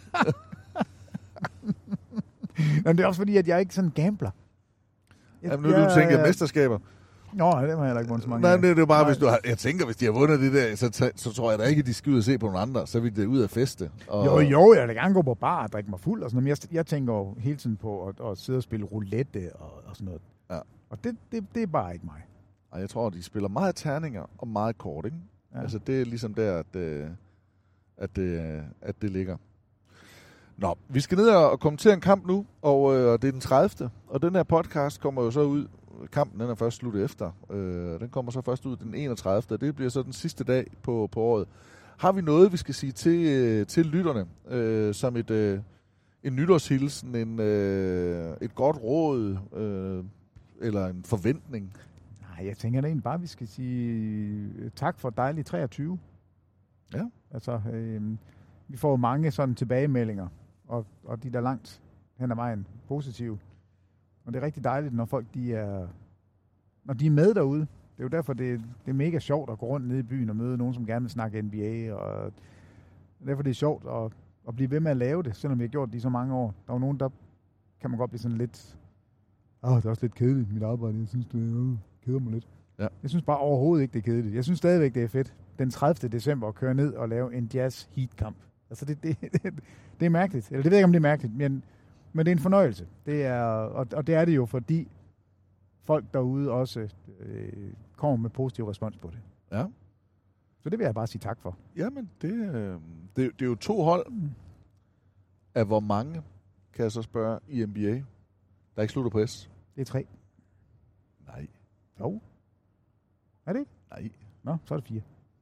Men det er også fordi, at jeg ikke sådan gambler. Jamen nu jeg, du tænker jeg, mesterskaber. Nå, det har jeg heller ikke vundet så mange. Nej, det er jo bare, nej. Hvis du har... Jeg tænker, hvis de har vundet det der, så, så tror jeg da ikke, at de skal ud og se på nogle andre. Så vil det ud at feste. Og... Jo, jo, jeg vil gerne gå på bar og drikke mig fuld og sådan noget. Men jeg, jeg tænker jo hele tiden på at, at sidde og spille roulette og, og sådan noget. Ja. Og det, det, det er bare ikke mig. Og jeg tror, at de spiller meget terninger og meget kort, ikke? Ja. Altså, det er ligesom der, at, at, det, at det ligger. Nå, vi skal ned og kommentere en kamp nu, og øh, det er den tredivte Og den her podcast kommer jo så ud, kampen den er først slut efter, øh, den kommer så først ud den enogtredivte og det bliver så den sidste dag på, på året. Har vi noget, vi skal sige til, øh, til lytterne, øh, som et, øh, en nytårshilsen, en, øh, et godt råd, øh, eller en forventning? Nej, jeg tænker da egentlig bare, vi skal sige tak for dejligt treogtyve. Ja. Altså, øh, vi får mange sådan tilbagemeldinger, og, og de der langt hen ad vejen positive. Og det er rigtig dejligt, når folk de er, når de er med derude. Det er jo derfor, det, det er mega sjovt at gå rundt nede i byen og møde nogen, som gerne vil snakke N B A. Og derfor det er sjovt at, at blive ved med at lave det, selvom vi har gjort det i så mange år. Der er jo nogen, der kan man godt blive sådan lidt... Åh, oh, det er også lidt kedeligt, mit arbejde. Jeg synes, det øh, keder mig lidt. Ja. Jeg synes bare overhovedet ikke, det er kedeligt. Jeg synes stadigvæk, det er fedt. Den tredivte december at køre ned og lave en jazz heat-kamp. Altså, det, det, det, det er mærkeligt. Eller det ved jeg ikke, om det er mærkeligt, men, men det er en fornøjelse. Det er, og, og det er det jo, fordi folk derude også øh, kommer med positiv respons på det. Ja. Så det vil jeg bare sige tak for. Jamen, det, øh, det, det er jo to hold mm. af hvor mange, kan jeg så spørge, i N B A, der ikke slutter på S? Det er tre. Nej. Jo. Er det ikke? Nej. Nå, så er det fire.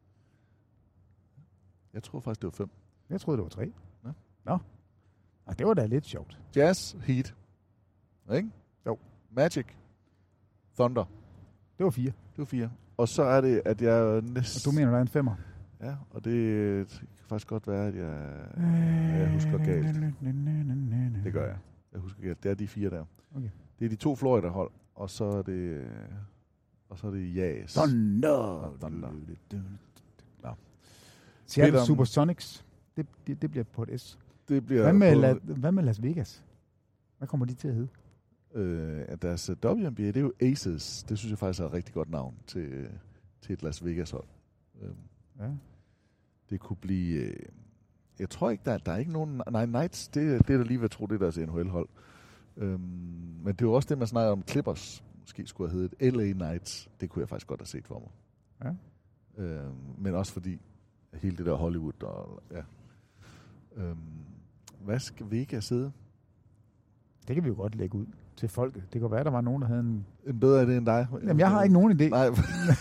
Jeg tror faktisk, det var fem. Jeg troede, det var tre. Ja. Nå. Og det var da lidt sjovt. Jazz, Heat. Ikke? Jo. Magic, Thunder. Det var fire. Det var fire. Og så er det, at jeg næsten... Og du mener, der er en femmer? Ja, og det, det kan faktisk godt være, at jeg, jeg husker galt. Det gør jeg. Jeg husker galt. Det er de fire der. Okay. Det er de to Florida-hold, og så er det... Og så er det Jazz. Thunder. Thunder. Nå. Seattle Peter, Supersonics. Det, det, det bliver på et S. Det bliver hvad, med på, La, hvad med Las Vegas? Hvad kommer de til at hedde? Øh, deres W N B A, det er jo Aces. Det synes jeg faktisk er et rigtig godt navn til, til et Las Vegas-hold. Øh, ja. Det kunne blive... Øh, jeg tror ikke, der, der er ikke nogen... Nej, Knights, det, det er der lige ved at tro, det er deres N H L-hold. Øh, men det er jo også det, man snakker om. Clippers måske skulle have heddet L A Knights. Det kunne jeg faktisk godt have set for mig. Ja. Øh, men også fordi hele det der Hollywood og... Ja. Øh, hvad skal Vegas hedde? Det kan vi jo godt lægge ud til folket. Det kan være, der var nogen, der havde en... En bedre idé end dig. Jamen, jeg har ikke nogen idé. Nej.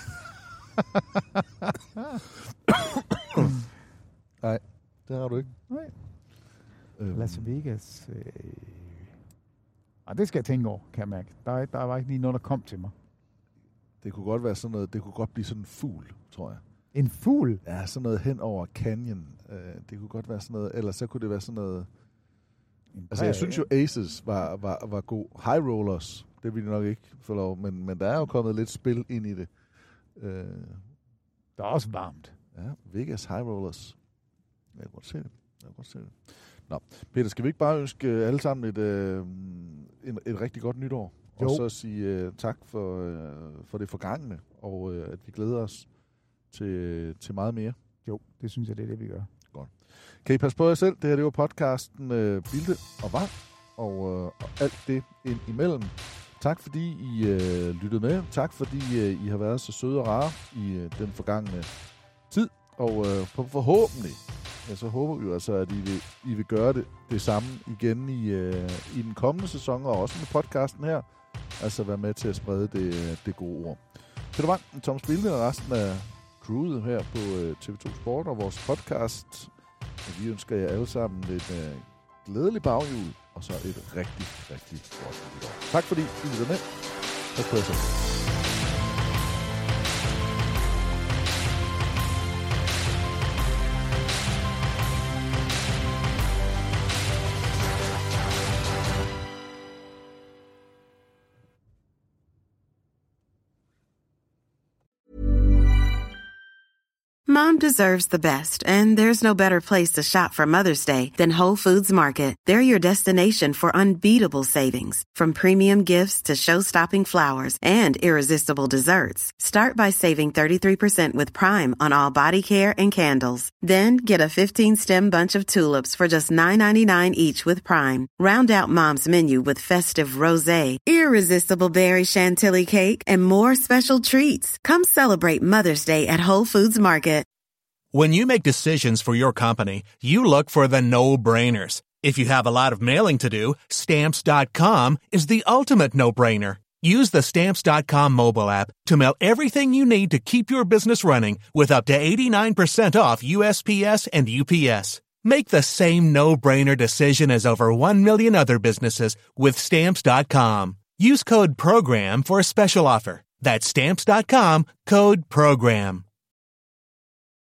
Nej, det har du ikke. Nej. Øhm. Las Vegas... Øh... Ej, det skal jeg tænke over, kan jeg mærke. Der, der var ikke lige noget, der kom til mig. Det kunne godt være sådan noget... Det kunne godt blive sådan en fugl, tror jeg. En fugl? Ja, sådan noget hen over canyon. Uh, det kunne godt være sådan noget... Eller så kunne det være sådan noget... Altså, jeg synes jo, Aces var, var, var god. High Rollers, det ville de nok ikke få lov. Men, men der er jo kommet lidt spil ind i det. Uh, der er også varmt. Ja, Vegas High Rollers. Jeg kan godt se det. Jeg kan godt se det. Nå, Peter, skal vi ikke bare ønske alle sammen et, øh, et, et rigtig godt nytår? Jo. Og så sige uh, tak for, uh, for det forgangne, og uh, at vi glæder os til, til meget mere? Jo, det synes jeg, det er det, vi gør. Godt. Kan I passe på jer selv? Det her, det var podcasten øh, Bilde og Vang, og, øh, og alt det ind imellem. Tak fordi I øh, lyttede med. Tak fordi øh, I har været så søde og rare i øh, den forgangne tid. Og øh, på forhåbentlig, ja, så håber vi jo altså, at I vil, I vil gøre det, det samme igen i, øh, i den kommende sæson, og også med podcasten her. Altså være med til at sprede det, det gode ord. Peter Vang, Thomas Bilde og resten af crewet her på øh, T V to Sport og vores podcast. Og vi ønsker jer alle sammen et øh, glædeligt baghjul, og så et rigtig, rigtig godt nytår. Tak fordi I lyttede med. Tak på jer selv. Mom deserves the best, and there's no better place to shop for Mother's Day than Whole Foods Market. They're your destination for unbeatable savings, from premium gifts to show-stopping flowers and irresistible desserts. Start by saving thirty-three percent with Prime on all body care and candles. Then get a fifteen-stem bunch of tulips for just nine ninety-nine each with Prime. Round out Mom's menu with festive rosé, irresistible berry chantilly cake, and more special treats. Come celebrate Mother's Day at Whole Foods Market. When you make decisions for your company, you look for the no-brainers. If you have a lot of mailing to do, Stamps dot com is the ultimate no-brainer. Use the Stamps dot com mobile app to mail everything you need to keep your business running with up to eighty-nine percent off U S P S and U P S. Make the same no-brainer decision as over one million other businesses with Stamps dot com. Use code PROGRAM for a special offer. That's Stamps dot com, code PROGRAM.